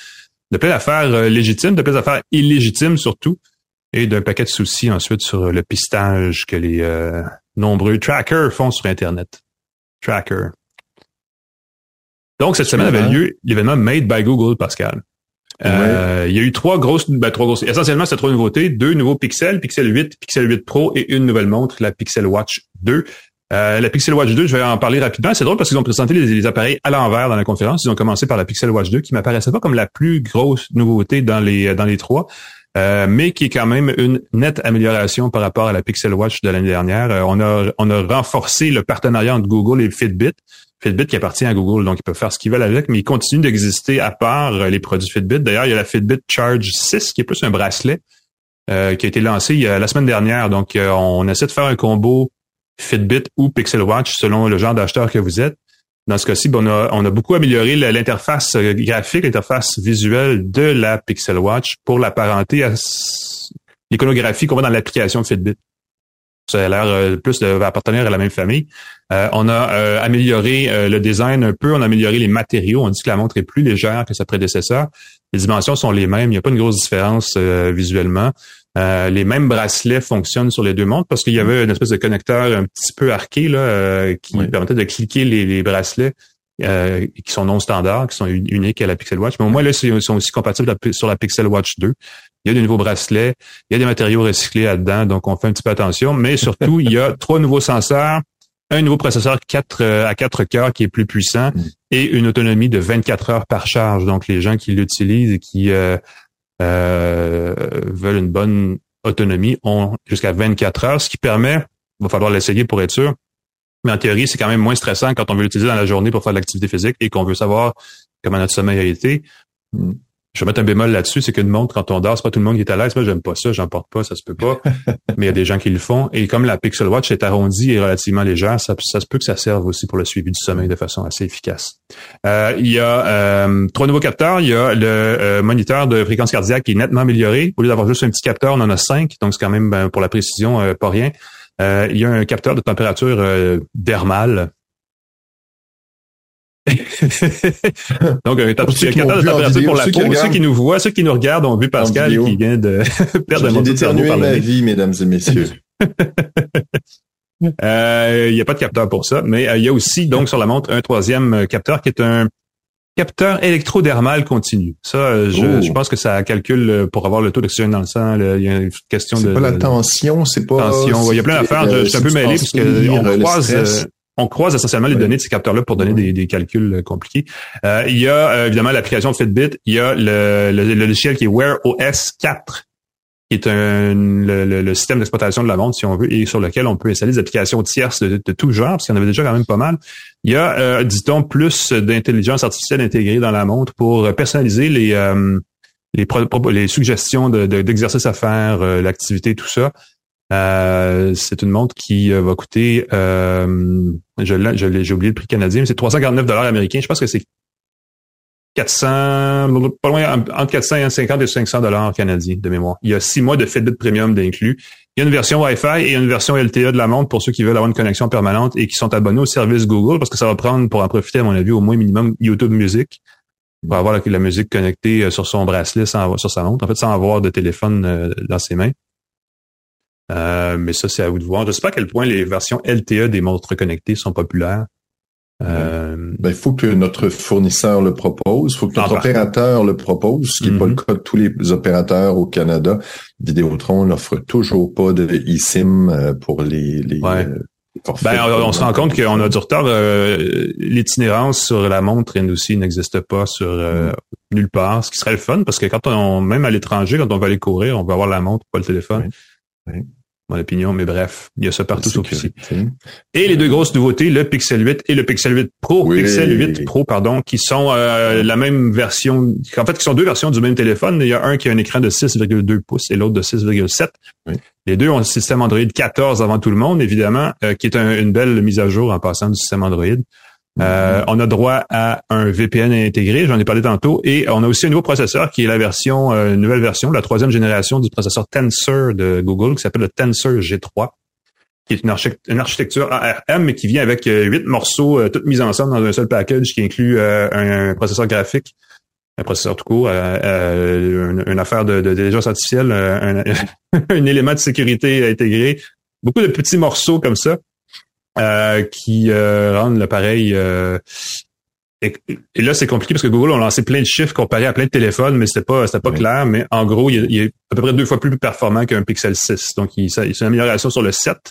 de plein d'affaires euh, légitimes, de plein d'affaires illégitimes surtout, et d'un paquet de soucis ensuite sur le pistage que les euh, nombreux trackers font sur Internet. Tracker. Donc, cette semaine avait lieu l'événement Made by Google, Pascal. Euh, ouais. Il y a eu trois grosses, ben, trois grosses, essentiellement, c'est trois nouveautés, deux nouveaux Pixel, Pixel huit, Pixel huit Pro et une nouvelle montre, la Pixel Watch deux. Euh, la Pixel Watch deux, je vais en parler rapidement. C'est drôle parce qu'ils ont présenté les, les appareils à l'envers dans la conférence. Ils ont commencé par la Pixel Watch deux, qui m'apparaissait pas comme la plus grosse nouveauté dans les, dans les trois. Euh, mais qui est quand même une nette amélioration par rapport à la Pixel Watch de l'année dernière. Euh, on a on a renforcé le partenariat entre Google et Fitbit. Fitbit qui appartient à Google, donc ils peuvent faire ce qu'ils veulent avec, mais ils continuent d'exister à part euh, les produits Fitbit. D'ailleurs, il y a la Fitbit Charge six, qui est plus un bracelet, euh, qui a été lancé il y a, la semaine dernière. Donc, euh, on essaie de faire un combo Fitbit ou Pixel Watch selon le genre d'acheteur que vous êtes. Dans ce cas-ci, on a, on a beaucoup amélioré l'interface graphique, l'interface visuelle de la Pixel Watch pour l'apparenter à l'iconographie qu'on voit dans l'application Fitbit. Ça a l'air plus de appartenir à la même famille. Euh, on a euh, amélioré euh, le design un peu, on a amélioré les matériaux. On dit que la montre est plus légère que sa prédécesseur. Les dimensions sont les mêmes, il n'y a pas une grosse différence euh, visuellement. Euh, les mêmes bracelets fonctionnent sur les deux montres parce qu'il y avait une espèce de connecteur un petit peu arqué là, euh, qui oui. permettait de cliquer les, les bracelets euh, qui sont non standards, qui sont uniques à la Pixel Watch. Mais au moins, là, ils sont aussi compatibles sur la Pixel Watch deux. Il y a des nouveaux bracelets, il y a des matériaux recyclés là-dedans, donc on fait un petit peu attention. Mais surtout, il y a trois nouveaux senseurs, un nouveau processeur quatre à quatre cœurs qui est plus puissant mm. et une autonomie de vingt-quatre heures par charge. Donc, les gens qui l'utilisent et qui euh, Euh, veulent une bonne autonomie, ont jusqu'à vingt-quatre heures, ce qui permet, il va falloir l'essayer pour être sûr, mais en théorie, c'est quand même moins stressant quand on veut l'utiliser dans la journée pour faire de l'activité physique et qu'on veut savoir comment notre sommeil a été. Je vais mettre un bémol là-dessus, c'est qu'une montre, quand on dort, c'est pas tout le monde qui est à l'aise. Moi, j'aime pas ça, j'en porte pas, ça se peut pas. Mais il y a des gens qui le font. Et comme la Pixel Watch est arrondie et relativement légère, ça, ça se peut que ça serve aussi pour le suivi du sommeil de façon assez efficace. Euh, il y a euh, trois nouveaux capteurs. Il y a le euh, moniteur de fréquence cardiaque qui est nettement amélioré. Au lieu d'avoir juste un petit capteur, on en a cinq. Donc, c'est quand même, ben, pour la précision, euh, pas rien. Euh, il y a un capteur de température euh, dermale. Donc, un capteur de température pour la peau. Ceux qui nous voient, ceux qui nous regardent ont vu Pascal qui vient de perdre un d'éternuer par la vie, mesdames et messieurs. euh, il n'y a pas de capteur pour ça, mais euh, il y a aussi, donc, sur la montre, un troisième capteur qui est un capteur électrodermal continu. Ça, euh, je, oh. je pense que ça calcule pour avoir le taux d'oxygène dans le sang. Là, il y a une question c'est de... C'est pas la tension, c'est pas... Tension, il y a plein d'affaires. Je, je suis un peu mêlé parce que on croise... On croise essentiellement les oui. données de ces capteurs-là pour donner oui. des, des calculs compliqués. Euh, il y a euh, évidemment l'application Fitbit. Il y a le, le, le logiciel qui est Wear O S quatre, qui est un, le, le, le système d'exploitation de la montre, si on veut, et sur lequel on peut installer des applications tierces de, de tout genre, parce qu'il y en avait déjà quand même pas mal. Il y a, euh, dit-on, plus d'intelligence artificielle intégrée dans la montre pour personnaliser les euh, les, pro, les suggestions de, de, d'exercices à faire, euh, l'activité, tout ça. Euh, c'est une montre qui euh, va coûter, euh, je l'ai, je l'ai, j'ai oublié le prix canadien, mais c'est trois cent quarante-neuf dollars américains. Je pense que c'est quatre cents, pas loin, entre quatre cent cinquante et cinq cents dollars canadiens de mémoire. Il y a six mois de Fitbit Premium d'inclus. Il y a une version Wi-Fi et une version L T E de la montre pour ceux qui veulent avoir une connexion permanente et qui sont abonnés au service Google, parce que ça va prendre, pour en profiter, à mon avis, au moins minimum YouTube Music, pour avoir la, la musique connectée sur son bracelet, sans, sur sa montre, en fait, sans avoir de téléphone euh, dans ses mains. Euh, mais ça, c'est à vous de voir. Je sais pas à quel point les versions L T E des montres connectées sont populaires. Euh, ben, il faut que notre fournisseur le propose, il faut que notre opérateur le propose, ce qui n'est mm-hmm. pas le cas de tous les opérateurs au Canada. Vidéotron n'offre toujours pas de eSIM pour les, les, ouais. euh, les ben, on, on se rend compte qu'on a du retard. Euh, l'itinérance sur la montre, elle aussi, n'existe pas sur euh, mm. nulle part, ce qui serait le fun, parce que quand on, même à l'étranger, quand on va aller courir, on va avoir la montre, pas le téléphone. Oui. Oui. Mon opinion, mais bref, il y a ça partout sauf ici. Et les deux grosses nouveautés, le Pixel huit et le Pixel huit Pro, oui. Pixel huit Pro, pardon, qui sont euh, la même version, en fait, qui sont deux versions du même téléphone. Il y a un qui a un écran de six virgule deux pouces et l'autre de six virgule sept. Oui. Les deux ont le système Android quatorze avant tout le monde, évidemment, euh, qui est un, une belle mise à jour en passant du système Android. Euh, on a droit à un V P N intégré, j'en ai parlé tantôt, et on a aussi un nouveau processeur qui est la version, euh, une nouvelle version, la troisième génération du processeur Tensor de Google, qui s'appelle le Tensor G trois, qui est une, archi- une architecture A R M, mais qui vient avec huit euh, morceaux, euh, toutes mis ensemble dans un seul package, qui inclut euh, un, un processeur graphique un processeur tout court, euh, euh, une, une affaire de, de d'intelligence artificielle, un, un élément de sécurité intégré, beaucoup de petits morceaux comme ça euh, qui euh, rendent l'appareil... Euh, et, et là, c'est compliqué parce que Google a lancé plein de chiffres comparés à plein de téléphones, mais c'était pas c'était pas oui. clair. Mais en gros, il, il est à peu près deux fois plus performant qu'un Pixel six. Donc, il, c'est une amélioration sur le sept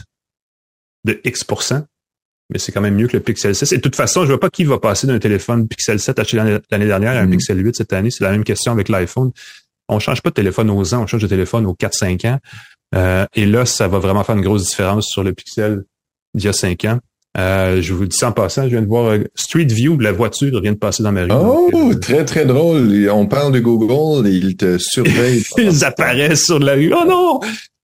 de X pour cent. Mais c'est quand même mieux que le Pixel six. Et de toute façon, je vois pas qui va passer d'un téléphone Pixel sept acheté l'année, l'année dernière à un mmh. Pixel huit cette année. C'est la même question avec l'iPhone. On change pas de téléphone aux ans, on change de téléphone aux quatre cinq ans. Euh, et là, ça va vraiment faire une grosse différence sur le Pixel d'il y a cinq ans. Euh, je vous dis ça en passant, je viens de voir euh, Street View, la voiture vient de passer dans ma rue. Oh, donc, euh, très, très drôle. On parle de Google et ils te surveillent. Ils apparaissent sur la rue. Oh non!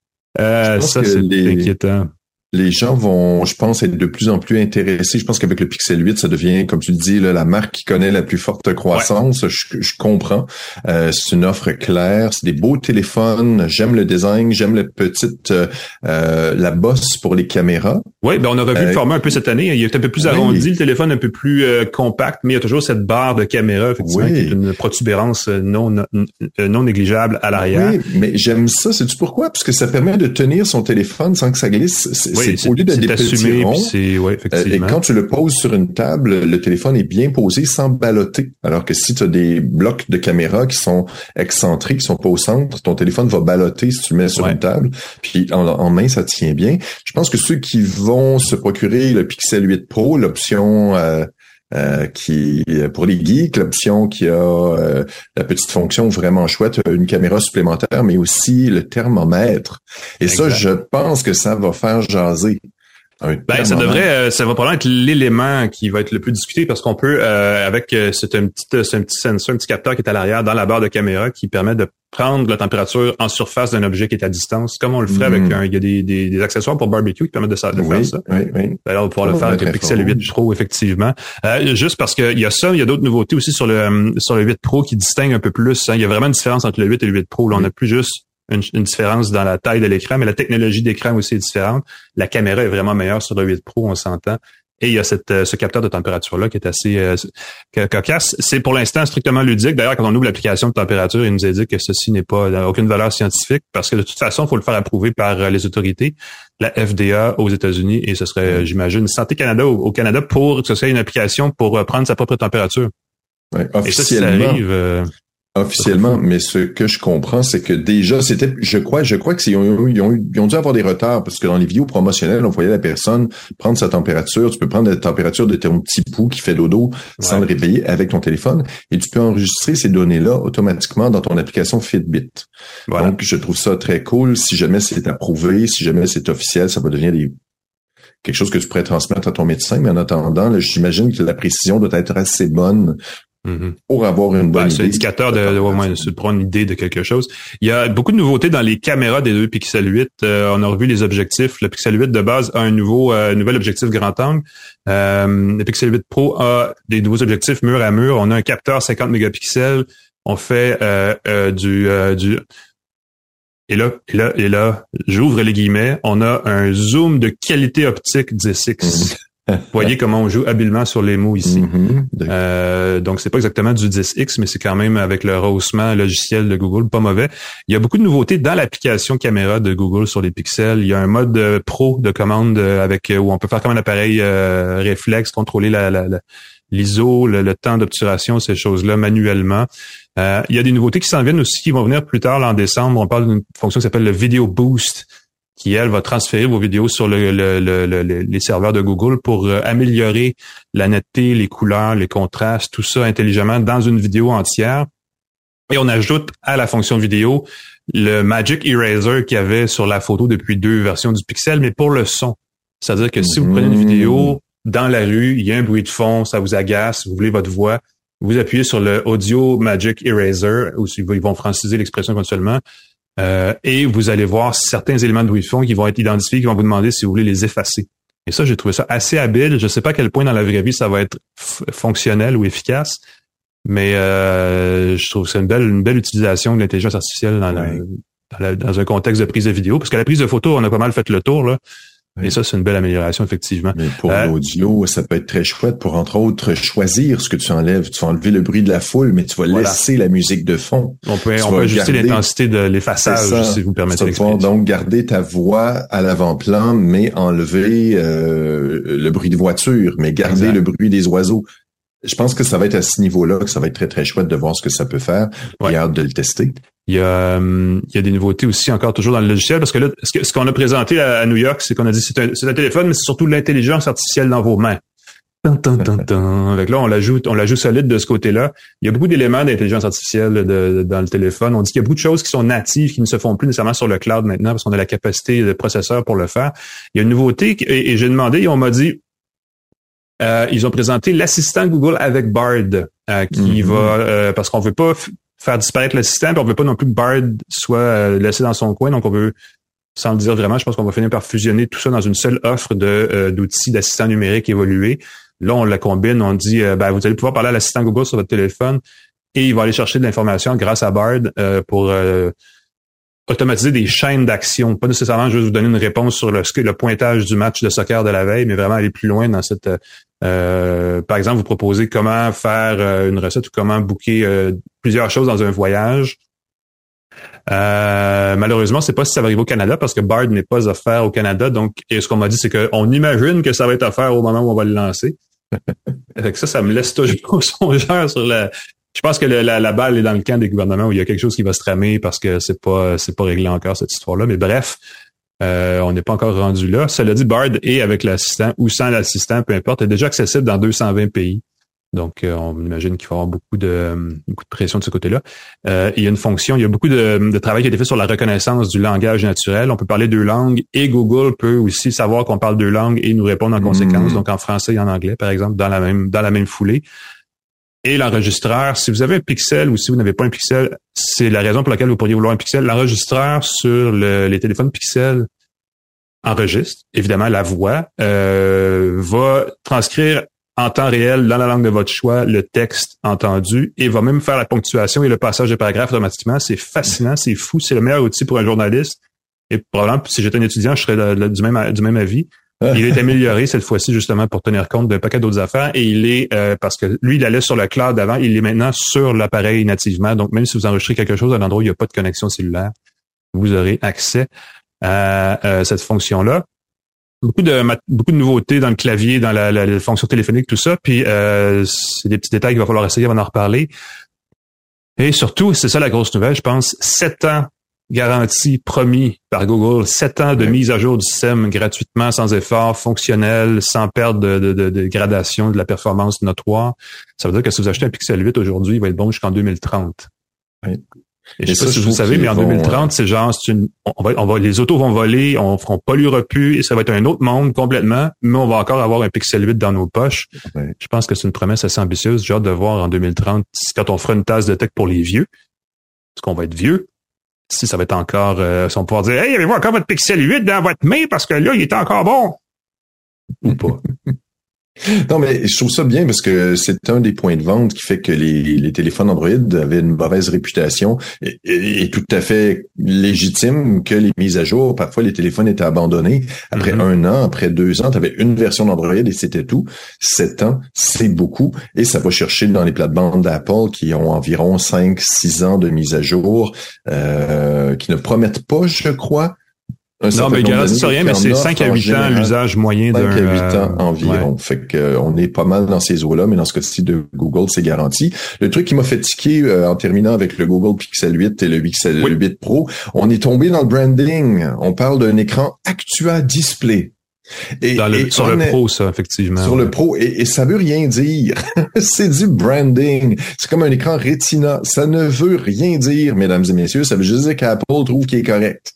Euh, ça, c'est les... inquiétant. Les gens vont, je pense, être de plus en plus intéressés. Je pense qu'avec le Pixel huit, ça devient, comme tu le dis, là, la marque qui connaît la plus forte croissance. Ouais. Je, je comprends. Euh, c'est une offre claire. C'est des beaux téléphones. J'aime le design. J'aime la petite, euh, la bosse pour les caméras. Oui, ben on a revu euh, le format un peu cette année. Il est un peu plus arrondi, oui. le téléphone un peu plus euh, compact, mais il y a toujours cette barre de caméra, effectivement, oui. qui est une protubérance non non, non négligeable à l'arrière. Oui, mais j'aime ça. Sais-tu pourquoi? Parce que ça permet de tenir son téléphone sans que ça glisse. C'est, oui, c'est au lieu de des petits ronds. C'est, ouais, effectivement. Et quand tu le poses sur une table, le téléphone est bien posé sans balloter. Alors que si tu as des blocs de caméra qui sont excentrés, qui sont pas au centre, ton téléphone va balloter si tu le mets sur ouais. une table. Puis en, en main, ça tient bien. Je pense que ceux qui vont se procurer le Pixel huit Pro, l'option euh, euh, qui pour les geeks, l'option qui a euh, la petite fonction vraiment chouette, une caméra supplémentaire, mais aussi le thermomètre. Et exact. Ça, je pense que ça va faire jaser. Ben, ça devrait, euh, ça va probablement être l'élément qui va être le plus discuté parce qu'on peut, euh, avec, euh, c'est un petit, c'est un petit sensor, un petit capteur qui est à l'arrière dans la barre de caméra qui permet de prendre la température en surface d'un objet qui est à distance, comme on le ferait mmh. avec un, il y a des, des, des accessoires pour barbecue qui permettent de, de oui, faire ça. Oui, oui. Ben là, on va pouvoir oh, le faire avec le Pixel huit Pro, effectivement. Euh, juste parce que il y a ça, il y a d'autres nouveautés aussi sur le, sur le huit Pro qui distinguent un peu plus, hein. Il y a vraiment une différence entre le huit et le huit Pro. Là, on n'a plus juste Une, une différence dans la taille de l'écran, mais la technologie d'écran aussi est différente. La caméra est vraiment meilleure sur le huit Pro, on s'entend. Et il y a cette, ce capteur de température-là qui est assez euh, cocasse. C'est pour l'instant strictement ludique. D'ailleurs, quand on ouvre l'application de température, il nous indique que ceci n'est pas n'a aucune valeur scientifique parce que de toute façon, il faut le faire approuver par les autorités, la F D A aux États-Unis et ce serait, j'imagine, Santé Canada au, au Canada pour que ce soit une application pour prendre sa propre température. Ouais, officiellement. Et ça, si ça arrive, euh, Officiellement, mais ce que je comprends, c'est que déjà, c'était, je crois, je crois que c'est, ils ont, ils ont, ils ont dû avoir des retards parce que dans les vidéos promotionnelles, on voyait la personne prendre sa température. Tu peux prendre la température de ton petit pouls qui fait dodo ouais. sans le réveiller avec ton téléphone et tu peux enregistrer ces données-là automatiquement dans ton application Fitbit. Voilà. Donc, je trouve ça très cool. Si jamais c'est approuvé, si jamais c'est officiel, ça va devenir des quelque chose que tu pourrais transmettre à ton médecin. Mais en attendant, là, j'imagine que la précision doit être assez bonne. Mm-hmm. Pour avoir une bonne ben, idée. C'est indicateur de, de, de, de prendre une idée de quelque chose. Il y a beaucoup de nouveautés dans les caméras des deux Pixel huit. Euh, on a revu les objectifs. Le Pixel huit de base a un nouveau euh, nouvel objectif grand angle. Euh, le Pixel huit Pro a des nouveaux objectifs mur à mur. On a un capteur cinquante mégapixels. On fait euh, euh, du euh, du et là et là et là j'ouvre les guillemets. On a un zoom de qualité optique dix X. Mm-hmm. Vous voyez comment on joue habilement sur les mots ici. Mm-hmm, euh, donc, c'est pas exactement du dix X, mais c'est quand même avec le rehaussement logiciel de Google, pas mauvais. Il y a beaucoup de nouveautés dans l'application caméra de Google sur les pixels. Il y a un mode euh, pro de commande euh, avec où on peut faire comme un appareil euh, réflexe, contrôler la, la, la, l'I S O, le, le temps d'obturation, ces choses-là manuellement. Euh, il y a des nouveautés qui s'en viennent aussi, qui vont venir plus tard là, en décembre. On parle d'une fonction qui s'appelle le Video Boost, qui, elle, va transférer vos vidéos sur le, le, le, le, les serveurs de Google pour euh, améliorer la netteté, les couleurs, les contrastes, tout ça intelligemment dans une vidéo entière. Et on ajoute à la fonction vidéo le Magic Eraser qu'il y avait sur la photo depuis deux versions du Pixel, mais pour le son. C'est-à-dire que mmh. si vous prenez une vidéo dans la rue, il y a un bruit de fond, ça vous agace, vous voulez votre voix, vous appuyez sur le Audio Magic Eraser, ou ils vont franciser l'expression éventuellement, Euh, et vous allez voir certains éléments de bruit de fond qui vont être identifiés, qui vont vous demander si vous voulez les effacer. Et ça, j'ai trouvé ça assez habile. Je ne sais pas à quel point dans la vraie vie ça va être f- fonctionnel ou efficace, mais euh, je trouve que c'est une belle, une belle utilisation de l'intelligence artificielle dans, la, dans, la, dans un contexte de prise de vidéo. Parce que la prise de photo, on a pas mal fait le tour, là. Et ça, c'est une belle amélioration, effectivement. Mais pour euh, l'audio, ça peut être très chouette pour, entre autres, choisir ce que tu enlèves. Tu vas enlever le bruit de la foule, mais tu vas voilà. laisser la musique de fond. On peut, on peut ajuster garder, l'intensité de l'effaçage, si vous me permettez d'expliquer. Tu vas donc garder ta voix à l'avant-plan, mais enlever euh, le bruit de voiture, mais garder exact. Le bruit des oiseaux. Je pense que ça va être à ce niveau-là que ça va être très, très chouette de voir ce que ça peut faire. Ouais. J'ai hâte de le tester. Il y a, euh, il y a des nouveautés aussi encore toujours dans le logiciel parce que là, ce, que, ce qu'on a présenté à, à New York, c'est qu'on a dit c'est un, c'est un téléphone, mais c'est surtout l'intelligence artificielle dans vos mains. Tum, tum, tum, tum. Avec là, on l'ajoute, on l'ajoute solide de ce côté-là. Il y a beaucoup d'éléments d'intelligence artificielle de, de, dans le téléphone. On dit qu'il y a beaucoup de choses qui sont natives, qui ne se font plus nécessairement sur le cloud maintenant parce qu'on a la capacité de processeur pour le faire. Il y a une nouveauté et, et j'ai demandé et on m'a dit euh, ils ont présenté l'assistant Google avec Bard euh, qui mm-hmm. va euh, parce qu'on veut pas f- faire disparaître l'assistant, puis on veut pas non plus que Bard soit euh, laissé dans son coin, donc on veut, sans le dire vraiment, je pense qu'on va finir par fusionner tout ça dans une seule offre de euh, d'outils d'assistants numériques évolués. Là, on la combine, on dit, euh, ben vous allez pouvoir parler à l'assistant Google sur votre téléphone et il va aller chercher de l'information grâce à Bard euh, pour euh, automatiser des chaînes d'action, pas nécessairement juste vous donner une réponse sur le, le pointage du match de soccer de la veille, mais vraiment aller plus loin dans cette... Euh, par exemple, vous proposez comment faire euh, une recette ou comment booker euh, plusieurs choses dans un voyage. Euh, malheureusement, c'est pas si ça va arriver au Canada parce que Bard n'est pas offert au Canada. Donc, et ce qu'on m'a dit, c'est qu'on imagine que ça va être offert au moment où on va le lancer. Fait que ça, ça me laisse toujours songeur sur la... Je pense que le, la, la balle est dans le camp des gouvernements où il y a quelque chose qui va se tramer parce que c'est pas c'est pas réglé encore cette histoire-là. Mais bref, euh, on n'est pas encore rendu là. Cela dit, Bard est avec l'assistant ou sans l'assistant, peu importe, est déjà accessible dans deux cent vingt pays. Donc, euh, on imagine qu'il va y avoir beaucoup de beaucoup de pression de ce côté-là. Euh, il y a une fonction, il y a beaucoup de, de travail qui a été fait sur la reconnaissance du langage naturel. On peut parler deux langues et Google peut aussi savoir qu'on parle deux langues et nous répondre en conséquence. Mmh. Donc, en français et en anglais, par exemple, dans la même dans la même foulée. Et l'enregistreur, si vous avez un Pixel ou si vous n'avez pas un Pixel, c'est la raison pour laquelle vous pourriez vouloir un Pixel. L'enregistreur sur le, les téléphones Pixel enregistre, évidemment, la voix, euh, va transcrire en temps réel, dans la langue de votre choix, le texte entendu et va même faire la ponctuation et le passage des paragraphes automatiquement. C'est fascinant, c'est fou, c'est le meilleur outil pour un journaliste. Et probablement, si j'étais un étudiant, je serais de, de, du même du même avis. Il est amélioré cette fois-ci justement pour tenir compte d'un paquet d'autres affaires et il est, euh, parce que lui, il allait sur le cloud avant, il est maintenant sur l'appareil nativement. Donc, même si vous enregistrez quelque chose à un endroit où il n'y a pas de connexion cellulaire, vous aurez accès à, à cette fonction-là. Beaucoup de beaucoup de nouveautés dans le clavier, dans la, la, la fonction téléphonique, tout ça. Puis, euh, c'est des petits détails qu'il va falloir essayer avant d'en reparler. Et surtout, c'est ça la grosse nouvelle, je pense, sept ans garantie promis par Google, sept ans de oui. mise à jour du système gratuitement, sans effort, fonctionnel, sans perte de, de, de, de gradation de la performance notoire. Ça veut dire que si vous achetez un Pixel huit aujourd'hui, il va être bon jusqu'en deux mille trente. Oui. Et je sais pas si vous savez, mais en deux mille trente, c'est genre, c'est une, on va, on va, les autos vont voler, on feront polluera plus, et ça va être un autre monde complètement, mais on va encore avoir un Pixel huit dans nos poches. Oui. Je pense que c'est une promesse assez ambitieuse. J'ai hâte de voir en deux mille trente, quand on fera une tasse de tech pour les vieux, parce qu'on va être vieux, si ça va être encore, euh, si on va pouvoir dire, hey, avez-vous encore votre Pixel huit dans votre main parce que là, il est encore bon. Ou pas. Non, mais je trouve ça bien parce que c'est un des points de vente qui fait que les, les téléphones Android avaient une mauvaise réputation et, et, et tout à fait légitime que les mises à jour, parfois les téléphones étaient abandonnés. Après mm-hmm. un an, après deux ans, tu avais une version d'Android et c'était tout. Sept ans, c'est beaucoup et ça va chercher dans les plates-bandes d'Apple qui ont environ cinq, six ans de mise à jour, euh, qui ne promettent pas, je crois, non, mais garantit rien, mais c'est cinq à huit ans l'usage moyen d'un... cinq à huit ans environ. Ouais. Fait que euh, on est pas mal dans ces eaux-là, mais dans ce cas-ci de Google, c'est garanti. Le truc qui m'a fait tiquer euh, en terminant avec le Google Pixel huit et le Pixel oui. huit Pro, on est tombé dans le branding. On parle d'un écran Actua Display. Et, Dans le, et sur le est, Pro, ça, effectivement. Sur ouais. le Pro, et, et ça veut rien dire. C'est du branding. C'est comme un écran Retina. Ça ne veut rien dire, mesdames et messieurs. Ça veut juste dire qu'Apple trouve qu'il est correct.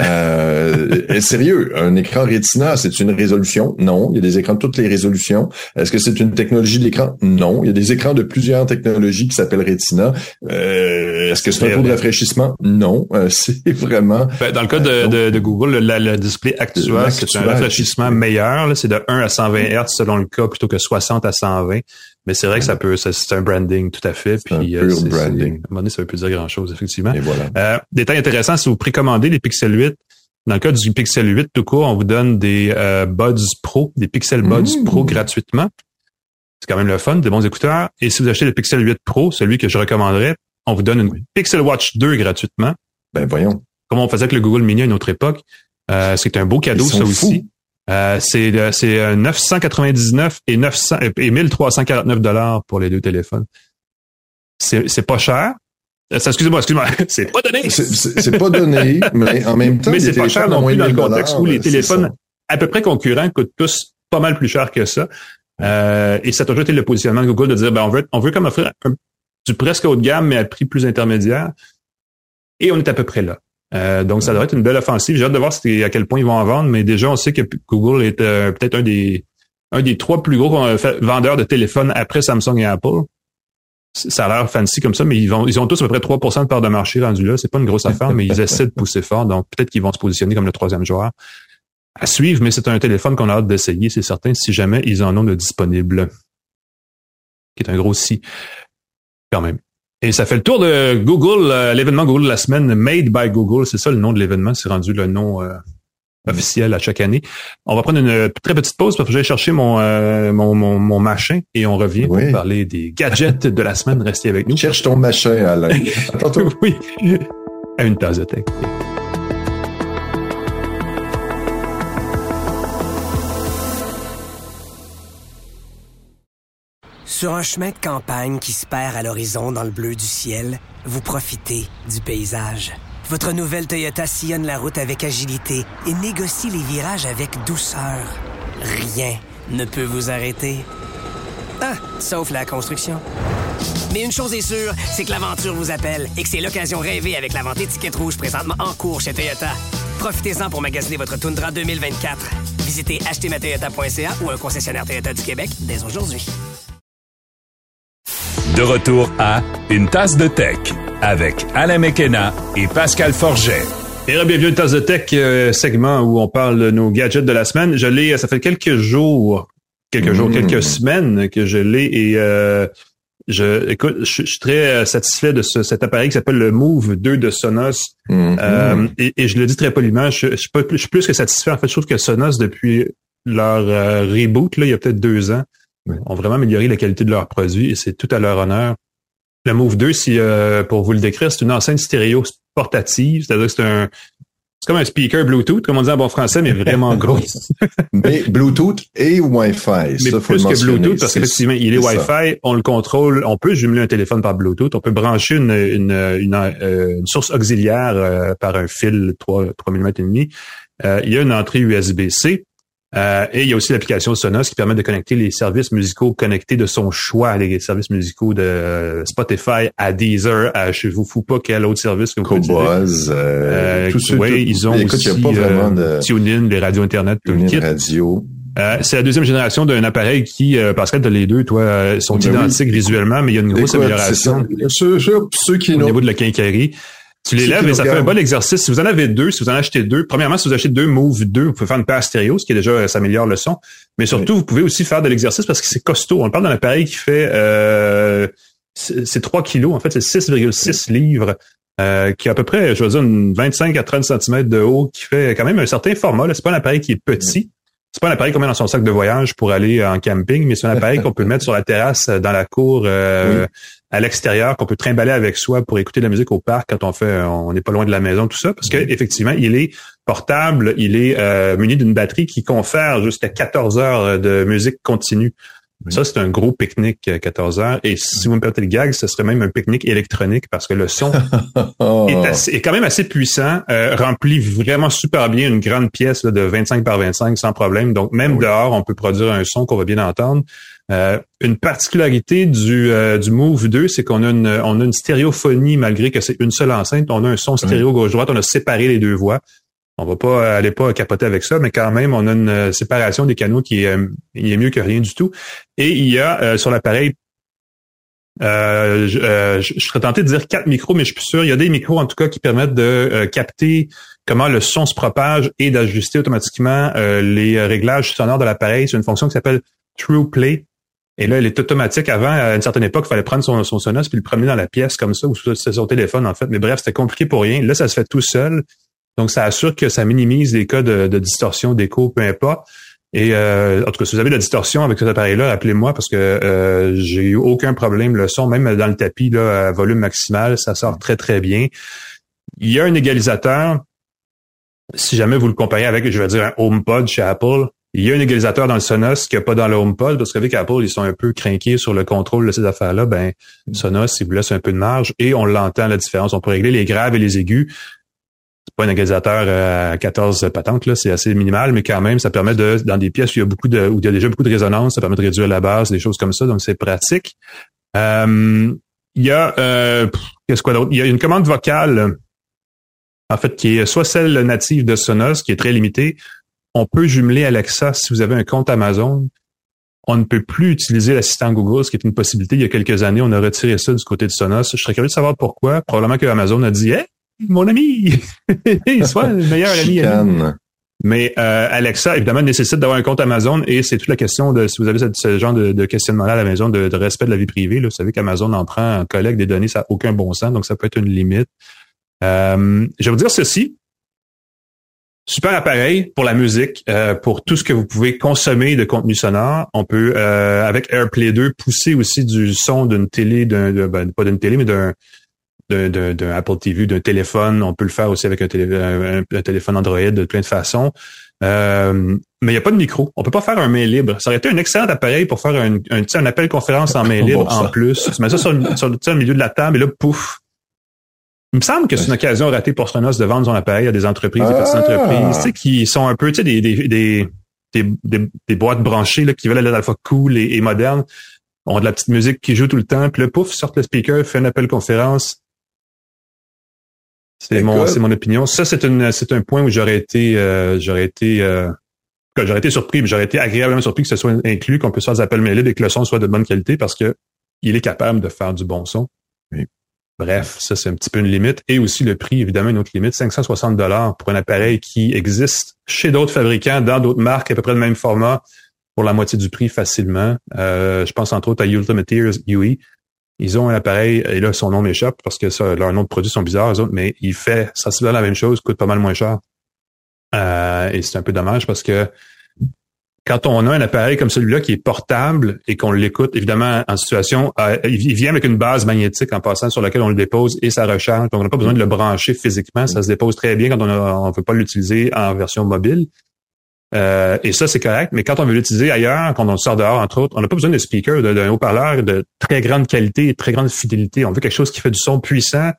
Euh, sérieux, un écran Retina, c'est une résolution? Non. Il y a des écrans de toutes les résolutions. Est-ce que c'est une technologie d'écran? Non. Il y a des écrans de plusieurs technologies qui s'appellent Retina. Euh, est-ce que c'est un taux de rafraîchissement? Non. Euh, c'est vraiment... Ben, dans le cas de, de, de Google, le, le display Actua, c'est un rafraîchissement meilleur, là, c'est de un à cent vingt hertz selon le cas plutôt que soixante à cent vingt. Mais c'est vrai que ça peut, ça, c'est un branding tout à fait. Puis, c'est un pur c'est, branding. C'est, à un moment donné, ça veut plus dire grand chose, effectivement. Et voilà. Euh, détail intéressant, si vous précommandez les Pixel huit, Dans le cas du Pixel huit tout court, on vous donne des euh, Buds Pro, des Pixel Buds mmh. Pro gratuitement. C'est quand même le fun, des bons écouteurs. Et si vous achetez le Pixel huit Pro, celui que je recommanderais, on vous donne une oui. Pixel Watch deux gratuitement. Ben voyons. Comme on faisait avec le Google Mini à une autre époque. Euh, c'est un beau cadeau, ça fous. aussi. Euh, c'est c'est neuf cent quatre-vingt-dix-neuf et neuf cents et mille trois cent quarante-neuf dollars pour les deux téléphones. C'est c'est pas cher. Ça, excusez-moi, excusez-moi, c'est pas donné. C'est, c'est, c'est pas donné, mais en même temps, mais c'est pas cher non plus dans le contexte où les téléphones à peu près concurrents coûtent tous pas mal plus cher que ça. Euh, et ça a toujours été le positionnement de Google de dire ben on veut on veut comme offrir un, du presque haut de gamme mais à prix plus intermédiaire. Et on est à peu près là. Euh, donc, ça devrait être une belle offensive. J'ai hâte de voir à quel point ils vont en vendre, mais déjà, on sait que Google est euh, peut-être un des un des trois plus gros vendeurs de téléphones après Samsung et Apple. Ça a l'air fancy comme ça, mais ils vont ils ont tous à peu près trois pour cent de part de marché rendu là. C'est pas une grosse affaire, mais ils essaient de pousser fort. Donc, peut-être qu'ils vont se positionner comme le troisième joueur. À suivre, mais c'est un téléphone qu'on a hâte d'essayer, c'est certain, si jamais ils en ont de disponible. Qui est un gros si, quand même. Et ça fait le tour de Google, euh, l'événement Google de la semaine, Made by Google. C'est ça le nom de l'événement. C'est rendu le nom euh, officiel à chaque année. On va prendre une très petite pause parce que je vais chercher mon, euh, mon, mon, mon machin et on revient oui. pour parler des gadgets de la semaine. Restez avec nous. Cherche ton machin, Alain. Attends-toi. Oui. À une tasse de tech. Sur un chemin de campagne qui se perd à l'horizon dans le bleu du ciel, vous profitez du paysage. Votre nouvelle Toyota sillonne la route avec agilité et négocie les virages avec douceur. Rien ne peut vous arrêter. Ah, sauf la construction. Mais une chose est sûre, c'est que l'aventure vous appelle et que c'est l'occasion rêvée avec la vente étiquette rouge présentement en cours chez Toyota. Profitez-en pour magasiner votre Tundra deux mille vingt-quatre. Visitez acheter ma toyota point c a ou un concessionnaire Toyota du Québec dès aujourd'hui. De retour à Une tasse de tech avec Alain McKenna et Pascal Forget. Et bienvenue à Une tasse de tech, euh, segment où on parle de nos gadgets de la semaine. Je l'ai, ça fait quelques jours, quelques mmh. jours, quelques semaines que je l'ai et euh, je, écoute, je, je suis très satisfait de ce, cet appareil qui s'appelle le Move deux de Sonos. Mmh. Euh, et, et je le dis très poliment, je, je, suis pas, je suis plus que satisfait. En fait, je trouve que Sonos, depuis leur euh, reboot, là, il y a peut-être deux ans, ont vraiment amélioré la qualité de leurs produits et c'est tout à leur honneur. Le Move deux, si euh, pour vous le décrire, c'est une enceinte stéréo portative, c'est-à-dire que c'est un c'est comme un speaker Bluetooth, comme on dit en bon français, mais vraiment gros. Mais Bluetooth et Wi-Fi. Mais ça, plus que Bluetooth, parce qu'effectivement, il est, est Wi-Fi, ça. On le contrôle, on peut jumeler un téléphone par Bluetooth, on peut brancher une une, une, une, une source auxiliaire euh, par un fil trois millimètres et demi. Euh, il y a une entrée U S B-C. Euh, et il y a aussi l'application Sonos qui permet de connecter les services musicaux connectés de son choix, les services musicaux de Spotify à Deezer, à je vous fous pas quel autre service que vous pouvez Cobuzz, euh, tout Oui, tout, ils ont écoute, aussi y a pas vraiment euh, de... TuneIn, les radios Internet, tout le kit. Radio. Euh, c'est la deuxième génération d'un appareil qui, euh, Pascal, t'as les deux, toi, euh, sont ben identiques oui. visuellement, mais il y a une grosse écoute, amélioration ceux, ceux, ceux qui au n'ont... niveau de la quincaillerie. Tu les lèves et ça fait un bon exercice. Si vous en avez deux, si vous en achetez deux, premièrement, si vous achetez deux Move deux, vous pouvez faire une paire stéréo, ce qui est déjà, ça améliore le son. Mais surtout, oui. vous pouvez aussi faire de l'exercice parce que c'est costaud. On parle d'un appareil qui fait, euh, c'est trois kilos. En fait, c'est six virgule six oui. livres, euh, qui a à peu près, je veux dire, une vingt-cinq à trente centimètres de haut, qui fait quand même un certain format. Là. C'est pas un appareil qui est petit. Oui. C'est pas un appareil qu'on met dans son sac de voyage pour aller en camping, mais c'est un appareil qu'on peut mettre sur la terrasse, dans la cour, euh, oui. à l'extérieur, qu'on peut trimballer avec soi pour écouter de la musique au parc quand on fait, on n'est pas loin de la maison, tout ça, parce que effectivement, il est portable, il est euh, muni d'une batterie qui confère jusqu'à quatorze heures de musique continue. Oui. Ça, c'est un gros pique-nique à quatorze heures. Et si vous me permettez le gag, ce serait même un pique-nique électronique parce que le son oh. est, assez, est quand même assez puissant, euh, remplit vraiment super bien une grande pièce là, de vingt-cinq par vingt-cinq sans problème. Donc, même oui. dehors, on peut produire un son qu'on va bien entendre. Euh, une particularité du euh, du Move deux, c'est qu'on a une on a une stéréophonie malgré que c'est une seule enceinte. On a un son stéréo gauche-droite. On a séparé les deux voix. On va pas aller pas capoter avec ça, mais quand même, on a une séparation des canaux qui est, il est mieux que rien du tout. Et il y a euh, sur l'appareil, euh, je, euh, je serais tenté de dire quatre micros, mais je suis plus sûr. Il y a des micros en tout cas qui permettent de euh, capter comment le son se propage et d'ajuster automatiquement euh, les réglages sonores de l'appareil. C'est une fonction qui s'appelle True Play. Et là, elle est automatique. Avant, à une certaine époque, il fallait prendre son, son Sonos puis le promener dans la pièce comme ça, ou sur son téléphone en fait. Mais bref, c'était compliqué pour rien. Là, ça se fait tout seul. Donc, ça assure que ça minimise les cas de, de distorsion, d'écho, peu importe. Et euh, en tout cas, si vous avez de la distorsion avec cet appareil-là, appelez-moi parce que euh, j'ai eu aucun problème. Le son, même dans le tapis, là, à volume maximal, ça sort très, très bien. Il y a un égalisateur. Si jamais vous le comparez avec, je vais dire, un HomePod chez Apple, il y a un égalisateur dans le Sonos qu'il n'y a pas dans le HomePod, parce qu'avec Apple, ils sont un peu crinqués sur le contrôle de ces affaires-là. Ben, Sonos, il vous laisse un peu de marge et on l'entend, la différence. On peut régler les graves et les aigus. C'est pas un égalisateur à quatorze patentes, là, c'est assez minimal, mais quand même, ça permet de, dans des pièces où il y a beaucoup de, où il y a déjà beaucoup de résonance, ça permet de réduire la basse, des choses comme ça, donc c'est pratique. Euh, il y a, euh, qu'est-ce quoi d'autre? Il y a une commande vocale, en fait, qui est soit celle native de Sonos, qui est très limitée. On peut jumeler Alexa si vous avez un compte Amazon. On ne peut plus utiliser l'assistant Google, ce qui est une possibilité. Il y a quelques années, on a retiré ça du côté de Sonos. Je serais curieux de savoir pourquoi. Probablement que Amazon a dit, hey, mon ami, soit le meilleur ami. ami. Mais euh, Alexa, évidemment, nécessite d'avoir un compte Amazon et c'est toute la question de, si vous avez ce, ce genre de, de questionnement-là à la maison, de, de respect de la vie privée. Là, vous savez qu'Amazon en prend, en collecte des données, ça n'a aucun bon sens, donc ça peut être une limite. Euh, je vais vous dire ceci. Super appareil pour la musique, euh, pour tout ce que vous pouvez consommer de contenu sonore. On peut, euh, avec AirPlay deux, pousser aussi du son d'une télé, d'un, de, ben, pas d'une télé, mais d'un d'un, d'un, d'un Apple T V, d'un téléphone. On peut le faire aussi avec un, télé, un, un téléphone Android de plein de façons. Euh, mais il n'y a pas de micro. On peut pas faire un main libre. Ça aurait été un excellent appareil pour faire un, un, un appel conférence en main libre bon, en plus. Tu mets ça sur, le, sur, sur le milieu de la table et là, pouf. Il me semble que c'est une occasion ratée pour Sonos de vendre son appareil à des entreprises, ah. des petites entreprises, tu sais, qui sont un peu, tu sais, des, des, des, des, des, des boîtes branchées, là, qui veulent aller à la fois cool et, et moderne, ont de la petite musique qui joue tout le temps, puis le pouf, sortent le speaker, fait un appel conférence. C'est mon, c'est mon opinion. Ça, c'est une, c'est un point où j'aurais été, euh, j'aurais été, euh, j'aurais été surpris, mais j'aurais été agréablement surpris que ce soit inclus, qu'on puisse faire des appels mail libres et que le son soit de bonne qualité parce que il est capable de faire du bon son. Oui. Bref, ça, c'est un petit peu une limite. Et aussi le prix, évidemment, une autre limite, cinq cent soixante dollars pour un appareil qui existe chez d'autres fabricants, dans d'autres marques, à peu près le même format, pour la moitié du prix facilement. Euh, je pense entre autres à Ultimate Ears U E. Ils ont un appareil, et là, son nom m'échappe parce que ça, leurs noms de produits sont bizarres, eux autres, mais il fait sensiblement la même chose, coûte pas mal moins cher. Euh, et c'est un peu dommage parce que quand on a un appareil comme celui-là qui est portable et qu'on l'écoute, évidemment, en situation, euh, il vient avec une base magnétique en passant sur laquelle on le dépose et ça recharge. Donc, on n'a pas besoin de le brancher physiquement. Ça se dépose très bien quand on ne veut pas l'utiliser en version mobile. Euh, et ça, c'est correct. Mais quand on veut l'utiliser ailleurs, quand on sort dehors, entre autres, on n'a pas besoin de speaker, d'un haut-parleur de très grande qualité et très grande fidélité. On veut quelque chose qui fait du son puissant,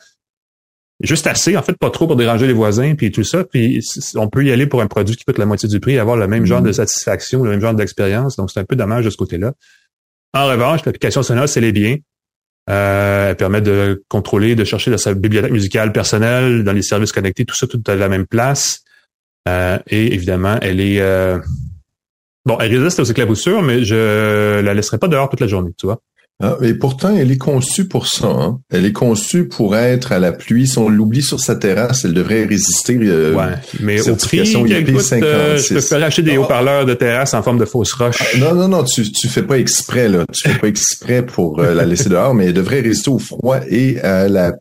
juste assez, en fait, pas trop pour déranger les voisins, puis tout ça. Puis on peut y aller pour un produit qui coûte la moitié du prix et avoir le même mmh. genre de satisfaction, le même genre d'expérience. Donc, c'est un peu dommage de ce côté-là. En revanche, l'application Sonos, elle est bien. Euh, elle permet de contrôler, de chercher dans sa bibliothèque musicale personnelle, dans les services connectés, tout ça, tout à la même place. Euh, et évidemment, elle est... Euh... Bon, elle résiste aux éclaboussures, mais je la laisserai pas dehors toute la journée, tu vois. Ah, et pourtant, elle est conçue pour ça. Hein? Elle est conçue pour être à la pluie. Si on l'oublie sur sa terrasse, elle devrait résister. Euh, ouais, mais au prix qu'elle coûte, euh, je peux faire acheter des ah. haut-parleurs de terrasse en forme de fausse roche. Ah, non, non, non, tu tu fais pas exprès là. Tu fais pas exprès pour euh, la laisser dehors, mais elle devrait résister au froid et à la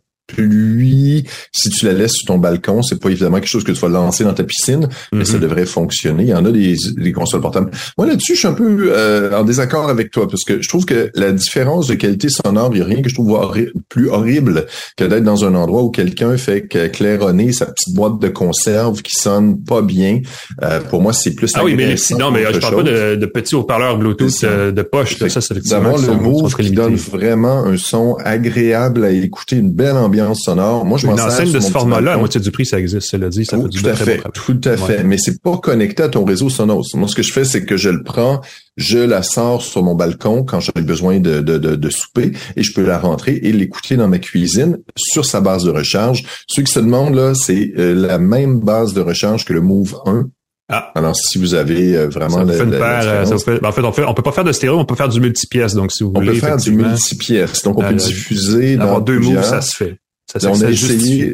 pluie. Si tu la laisses sur ton balcon, c'est pas évidemment quelque chose que tu vas lancer dans ta piscine, mais mm-hmm. ça devrait fonctionner. Il y en a des, des consoles portables. Moi, là-dessus, je suis un peu euh, en désaccord avec toi, parce que je trouve que la différence de qualité sonore, il n'y a rien que je trouve horri- plus horrible que d'être dans un endroit où quelqu'un fait claironner sa petite boîte de conserve qui sonne pas bien. Euh, pour moi, c'est plus Ah oui, mais non, mais je parle chose. pas de, de petits haut-parleurs Bluetooth de, de poche. Ça, ça, c'est effectivement d'avoir le Move qui donne vraiment un son agréable à écouter, une belle ambiance sonore. Moi, je m'en sers. Une enceinte de ce format-là, à moitié du prix, ça existe, cela dit. Ça tout, fait du tout à fait, tout à fait. Ouais. Mais c'est pas connecté à ton réseau Sonos. Moi, ce que je fais, c'est que je le prends, je la sors sur mon balcon quand j'ai besoin de, de, de, de souper et je peux la rentrer et l'écouter dans ma cuisine sur sa base de recharge. Ceux qui se demandent, là, c'est euh, la même base de recharge que le Move un. Ah. Alors, si vous avez euh, vraiment... Ça le, fait la, paire, ça fait, en fait, on fait, on peut pas faire de stéréo, on peut faire du multipièce. Donc, si vous on voulez, peut faire du multipièce. Donc, on peut euh, diffuser dans deux moves, ça se fait. Ça, on a essayé,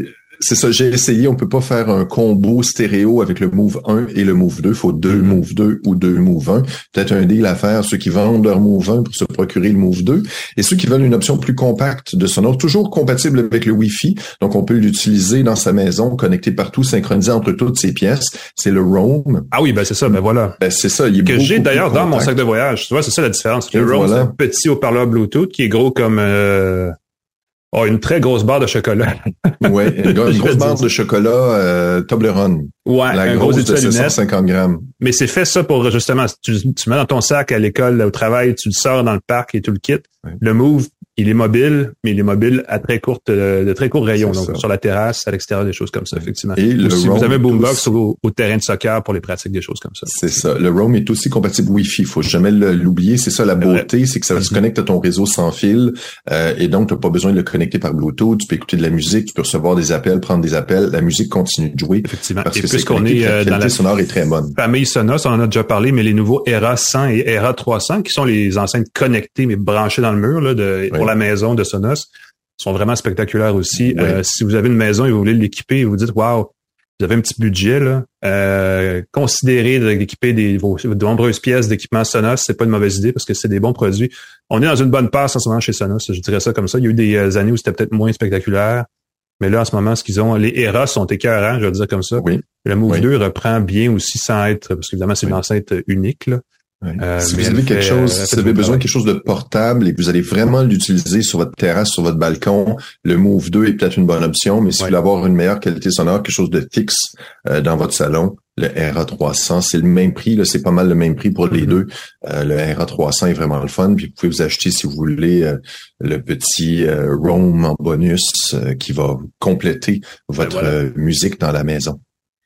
C'est ça, j'ai essayé, on peut pas faire un combo stéréo avec le Move un et le Move deux, il faut deux mm-hmm. Move deux ou deux Move un. Peut-être un deal à faire, ceux qui vendent leur Move un pour se procurer le Move deux, et ceux qui veulent une option plus compacte de sonore, toujours compatible avec le Wi-Fi, donc on peut l'utiliser dans sa maison, connecté partout, synchronisé entre toutes ses pièces, c'est le Roam. Ah oui, ben c'est ça, ben voilà. Ben c'est ça, il est que j'ai d'ailleurs dans mon sac de voyage, tu vois, c'est ça la différence. Le Roam, voilà. C'est un petit haut-parleur Bluetooth qui est gros comme... Euh... Oh, une très grosse barre de chocolat. Ouais, une, une grosse barre de chocolat euh, Toblerone. Ouais, la un grosse gros de sept cent cinquante grammes. Mais c'est fait ça pour justement, tu, tu mets dans ton sac à l'école, au travail, tu le sors dans le parc et tout le kit. Ouais. Le Move, il est mobile, mais il est mobile à très courte, de très court rayon, donc ça. Sur la terrasse, à l'extérieur, des choses comme ça, effectivement. Et le si Roam vous avez un boombox au, au terrain de soccer pour les pratiques, des choses comme ça. C'est ça. Le Roam est aussi compatible Wi-Fi. Il faut jamais l'oublier. C'est ça la beauté, c'est que ça mm-hmm. se connecte à ton réseau sans fil, euh, et donc tu n'as pas besoin de le connecter par Bluetooth. Tu peux écouter de la musique, tu peux recevoir des appels, prendre des appels. La musique continue de jouer. Effectivement. Parce et que puisqu'on est la dans la sonore est très bonne. Famille Sonos, on en a déjà parlé, mais les nouveaux Era cent et Era trois cents, qui sont les enceintes connectées mais branchées dans le mur là, de, oui. pour la maison de Sonos, sont vraiment spectaculaires aussi. Oui. Euh, si vous avez une maison et vous voulez l'équiper et vous dites waouh, vous avez un petit budget là, euh, considérez d'équiper des vos, de nombreuses pièces d'équipement Sonos, c'est pas une mauvaise idée parce que c'est des bons produits. On est dans une bonne passe en ce moment chez Sonos, je dirais ça comme ça. Il y a eu des années où c'était peut-être moins spectaculaire, mais là en ce moment, ce qu'ils ont, les Era sont écœurants, je vais dire comme ça. Oui. Le Move oui. deux reprend bien aussi sans être, parce qu'évidemment c'est oui. une enceinte unique là. Oui. Euh, si vous avez quelque fait, chose, si vous avez besoin de quelque chose de portable et que vous allez vraiment l'utiliser sur votre terrasse, sur votre balcon, le Move deux est peut-être une bonne option, mais si oui. vous voulez avoir une meilleure qualité sonore, quelque chose de fixe euh, dans votre salon, le Era trois cents, c'est le même prix, là, c'est pas mal le même prix pour les mm-hmm. deux. Euh, le Era trois cents est vraiment le fun, puis vous pouvez vous acheter si vous voulez euh, le petit euh, Roam en bonus euh, qui va compléter votre voilà. euh, musique dans la maison.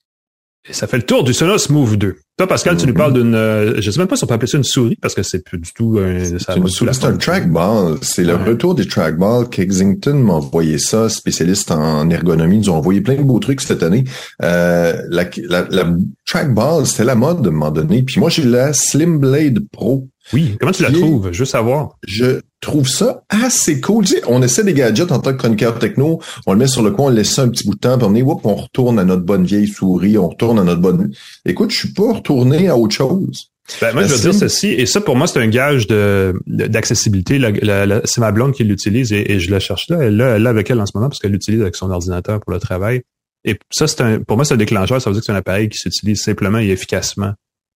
Et ça fait le tour du Sonos Move deux. Toi, Pascal, mm-hmm. tu nous parles d'une... Euh, je sais même pas si on peut appeler ça une souris, parce que c'est plus du tout... Euh, ça c'est une souris, c'est un trackball. C'est ouais. le retour des trackballs. Kensington m'a envoyé ça, spécialiste en ergonomie. Ils ont envoyé plein de beaux trucs cette année. Euh, la, la, la trackball, c'était la mode à un moment donné. Puis moi, j'ai la Slim Blade Pro. Oui, comment tu la trouves? Je veux savoir. Je trouve ça assez cool. Tu sais, on essaie des gadgets en tant que chroniqueur techno, on le met sur le coin, on le laisse un petit bout de temps, puis on est, whoop, on retourne à notre bonne vieille souris, on retourne à notre bonne... Écoute, je suis pas retourné à autre chose. Ben, moi, je veux dire ceci, et ça, pour moi, c'est un gage de, d'accessibilité. La, la, la, c'est ma blonde qui l'utilise et, et je la cherche là. Elle l'a, elle l'a avec elle en ce moment parce qu'elle l'utilise avec son ordinateur pour le travail. Et ça, c'est un, pour moi, c'est un déclencheur. Ça veut dire que c'est un appareil qui s'utilise simplement et efficacement.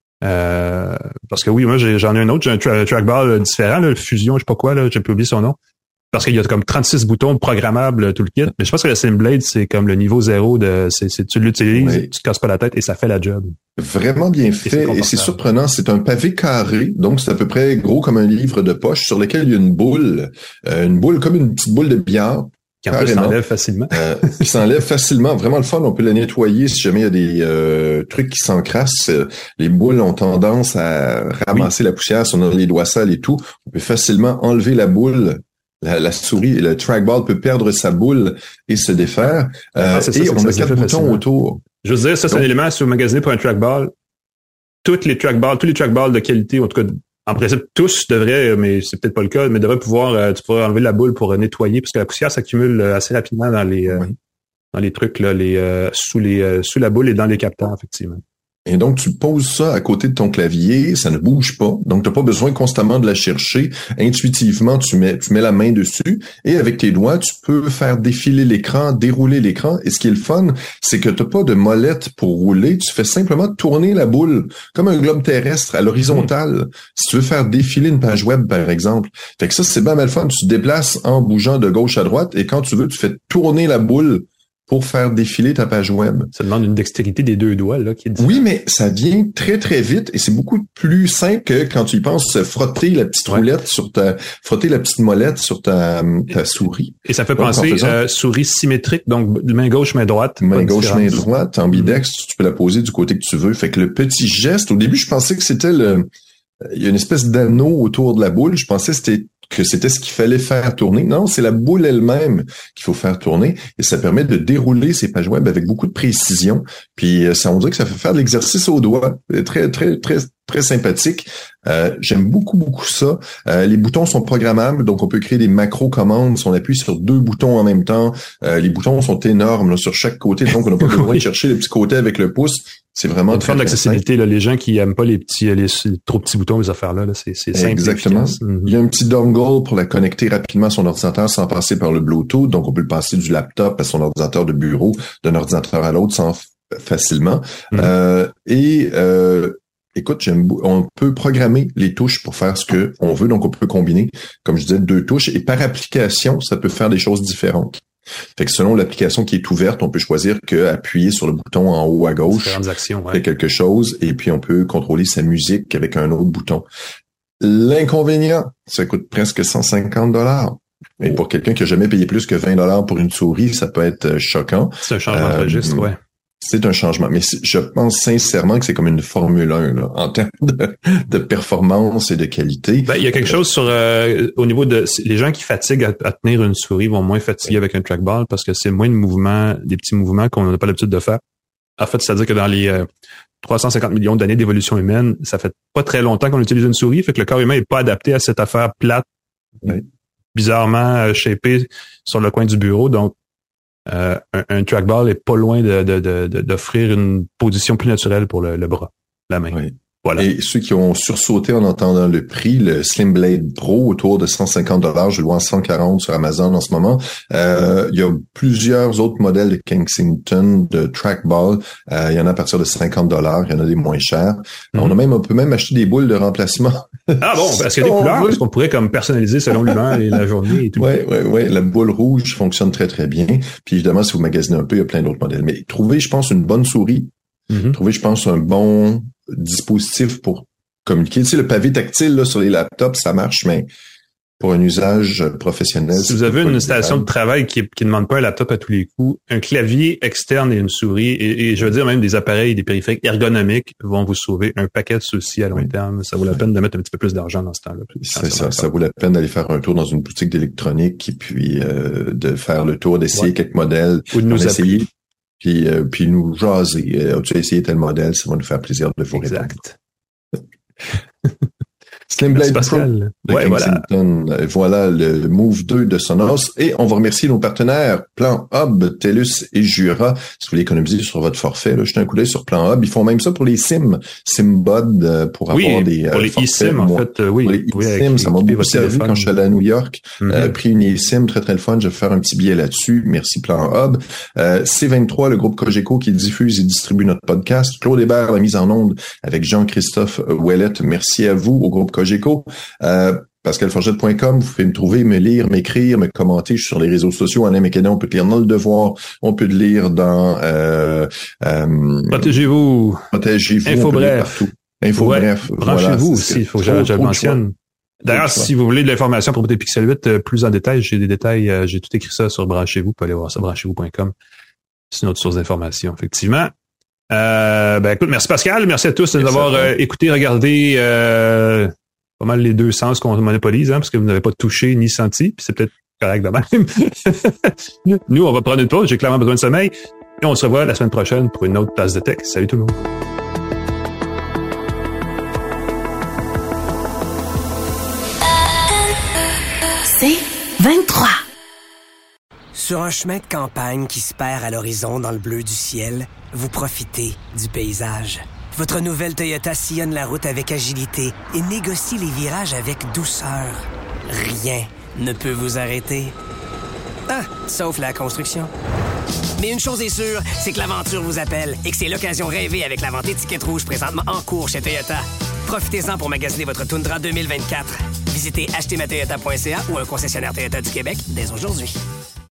Euh, parce que oui, moi, j'ai, j'en ai un autre. J'ai un tra- trackball différent, là, le Fusion, je sais pas quoi, là, j'ai pas oublié son nom. Parce qu'il y a comme trente-six boutons programmables, tout le kit. Mais je pense que la Slim Blade, c'est comme le niveau zéro de, c'est, c'est tu l'utilises, oui. tu te casses pas la tête et ça fait la job. Vraiment bien fait. Et c'est, et c'est surprenant. C'est un pavé carré. Donc, c'est à peu près gros comme un livre de poche sur lequel il y a une boule, euh, une boule comme une petite boule de billard. Qui en plus s'enlève facilement. euh, qui s'enlève facilement. Vraiment le fun. On peut la nettoyer si jamais il y a des euh, trucs qui s'encrassent. Les boules ont tendance à ramasser oui. la poussière si on a les doigts sales et tout. On peut facilement enlever la boule. La, la souris et le trackball peut perdre sa boule et se défaire. Euh, ah, ça, et on a quatre boutons facilement. Autour. Je veux dire, ça, c'est Donc, un élément, si vous magasinez pour un trackball, toutes les trackballs, tous les trackballs de qualité, en tout cas, en principe, tous devraient, mais c'est peut-être pas le cas, mais devraient pouvoir, euh, tu pourrais enlever la boule pour euh, nettoyer, parce que la poussière s'accumule euh, assez rapidement dans les, euh, oui. dans les trucs, là, les, euh, sous les, euh, sous la boule et dans les capteurs, effectivement. Et donc, tu poses ça à côté de ton clavier, ça ne bouge pas. Donc, tu n'as pas besoin constamment de la chercher. Intuitivement, tu mets, tu mets la main dessus et avec tes doigts, tu peux faire défiler l'écran, dérouler l'écran. Et ce qui est le fun, c'est que tu n'as pas de molette pour rouler. Tu fais simplement tourner la boule comme un globe terrestre à l'horizontale. Mmh. Si tu veux faire défiler une page web, par exemple. Fait que ça, c'est bien mal fun. Tu te déplaces en bougeant de gauche à droite et quand tu veux, tu fais tourner la boule pour faire défiler ta page web. Ça demande une dextérité des deux doigts, là, qui est Oui, mais ça vient très, très vite et c'est beaucoup plus simple que quand tu y penses frotter la petite ouais. roulette sur ta, frotter la petite molette sur ta, ta souris. Et ça fait donc, penser, faisant, euh, souris symétrique, donc main gauche, main droite. Main gauche, main droite, ambidextre, mmh. tu peux la poser du côté que tu veux. Fait que le petit geste, au début, je pensais que c'était le, il y a une espèce d'anneau autour de la boule. Je pensais que c'était que c'était ce qu'il fallait faire tourner. Non, c'est la boule elle-même qu'il faut faire tourner et ça permet de dérouler ces pages web avec beaucoup de précision. Puis ça, on dirait que ça fait faire de l'exercice au doigt. Très, très, très, très sympathique. Euh, j'aime beaucoup, beaucoup ça. Euh, les boutons sont programmables, donc on peut créer des macro-commandes. Si on appuie sur deux boutons en même temps, euh, les boutons sont énormes là, sur chaque côté, donc on n'a pas besoin oui. de chercher le petit côté avec le pouce. C'est vraiment une forme d'accessibilité. Là, les gens qui aiment pas les petits, les, les trop petits boutons, les affaires-là, là, c'est, c'est simple. Exactement. Mm-hmm. Il y a un petit dongle pour la connecter rapidement à son ordinateur sans passer par le Bluetooth. Donc, on peut le passer du laptop à son ordinateur de bureau, d'un ordinateur à l'autre sans facilement. Mm-hmm. Euh, et euh, écoute, j'aime, on peut programmer les touches pour faire ce que on veut. Donc, on peut combiner, comme je disais, deux touches. Et par application, ça peut faire des choses différentes. Fait que selon l'application qui est ouverte, on peut choisir que appuyer sur le bouton en haut à gauche actions, ouais. fait quelque chose, et puis on peut contrôler sa musique avec un autre bouton. L'inconvénient, ça coûte presque cent cinquante dollars. Et pour quelqu'un qui a jamais payé plus que vingt dollars pour une souris, ça peut être choquant. C'est un changement euh, de registre, ouais. C'est un changement, mais je pense sincèrement que c'est comme une Formule un là, en termes de, de performance et de qualité. Ben, il y a quelque chose sur euh, au niveau de les gens qui fatiguent à, à tenir une souris vont moins fatiguer avec un trackball parce que c'est moins de mouvements, des petits mouvements qu'on n'a pas l'habitude de faire. En fait, c'est-à-dire que dans les euh, trois cent cinquante millions d'années d'évolution humaine, ça fait pas très longtemps qu'on utilise une souris, fait que le corps humain est pas adapté à cette affaire plate, oui. bizarrement euh, shapée sur le coin du bureau, donc Euh, un, un trackball est pas loin de, de, de, de, d'offrir une position plus naturelle pour le, le bras, la main. Oui. Voilà. Et ceux qui ont sursauté en entendant le prix, le Slim Blade Pro autour de cent cinquante dollars, je le vois en cent quarante sur Amazon en ce moment. Euh, il y a plusieurs autres modèles de Kensington, de trackball. Euh, il y en a à partir de cinquante dollars, il y en a des moins chers. Mm-hmm. On a même, on peut même acheter des boules de remplacement. Ah bon, parce qu'il y a des couleurs, parce qu'on pourrait comme personnaliser selon l'humeur et la journée et tout. Oui, oui, oui. La boule rouge fonctionne très, très bien. Puis évidemment, si vous magasinez un peu, il y a plein d'autres modèles. Mais trouvez, je pense, une bonne souris. Mm-hmm. Trouvez, je pense, un bon dispositif pour communiquer. Tu sais, le pavé tactile là, sur les laptops, ça marche, mais pour un usage professionnel... Si vous avez une station de travail qui ne demande pas un laptop à tous les coups, un clavier externe et une souris, et, et je veux dire même des appareils, des périphériques ergonomiques vont vous sauver un paquet de soucis à long oui. terme. Ça vaut la peine de mettre un petit peu plus d'argent dans ce temps-là. C'est ça, ça vaut la peine d'aller faire un tour dans une boutique d'électronique et puis euh, de faire le tour, d'essayer ouais. quelques modèles. Ou de nous essayer. Puis, euh, puis nous jaser. Euh, as-tu essayé tel modèle? Ça va nous faire plaisir de vous répondre. Exact. Slim Blade Pro de ouais, Kensington. Voilà. voilà le Move deux de Sonos. Et on va remercier nos partenaires Plan Hub, TELUS et Jura. Si vous voulez économiser sur votre forfait, là, jetez un coup d'œil sur Plan Hub. Ils font même ça pour les SIM. SIMBud euh, pour oui, avoir des pour euh, les eSIM, en fait. Euh, oui, pour les eSIM, ça m'a beaucoup servi quand je suis allé à New York. Mm-hmm. Euh, pris une eSIM, très très le fun. Je vais faire un petit billet là-dessus. Merci Plan Hub. Euh, C vingt-trois, le groupe Cogeco qui diffuse et distribue notre podcast. Claude Hébert, la mise en onde avec Jean-Christophe Ouellette. Merci à vous au groupe Cogeco. Euh, pascal forget point com, vous pouvez me trouver, me lire, m'écrire, me commenter. Je suis sur les réseaux sociaux. Alain McKenna, on peut te lire dans Le Devoir. On peut te lire dans... Euh, euh, Protégez-vous. Protégez-vous. Info bref. Info ouais. bref. Branchez-vous voilà, aussi, il faut que je, je le mentionne. D'ailleurs, si vous voulez de l'information à propos des Pixel huit euh, plus en détail, j'ai des détails, euh, j'ai tout écrit ça sur Branchez-vous. Vous pouvez aller voir ça, branchez-vous point com. C'est une autre source d'information, effectivement. Euh, ben écoute, merci Pascal, merci à tous de nous avoir euh, écouté, regardé euh, pas mal les deux sens qu'on monopolise, hein, parce que vous n'avez pas touché ni senti, puis c'est peut-être correct de même. Nous, on va prendre une pause, j'ai clairement besoin de sommeil, et on se revoit la semaine prochaine pour une autre tasse de tech. Salut tout le monde. C'est vingt-trois. Sur un chemin de campagne qui se perd à l'horizon dans le bleu du ciel, vous profitez du paysage. Votre nouvelle Toyota sillonne la route avec agilité et négocie les virages avec douceur. Rien ne peut vous arrêter. Ah, sauf la construction. Mais une chose est sûre, c'est que l'aventure vous appelle et que c'est l'occasion rêvée avec la vente étiquette rouge présentement en cours chez Toyota. Profitez-en pour magasiner votre Tundra deux mille vingt-quatre. Visitez acheter ma toyota point c a ou un concessionnaire Toyota du Québec dès aujourd'hui.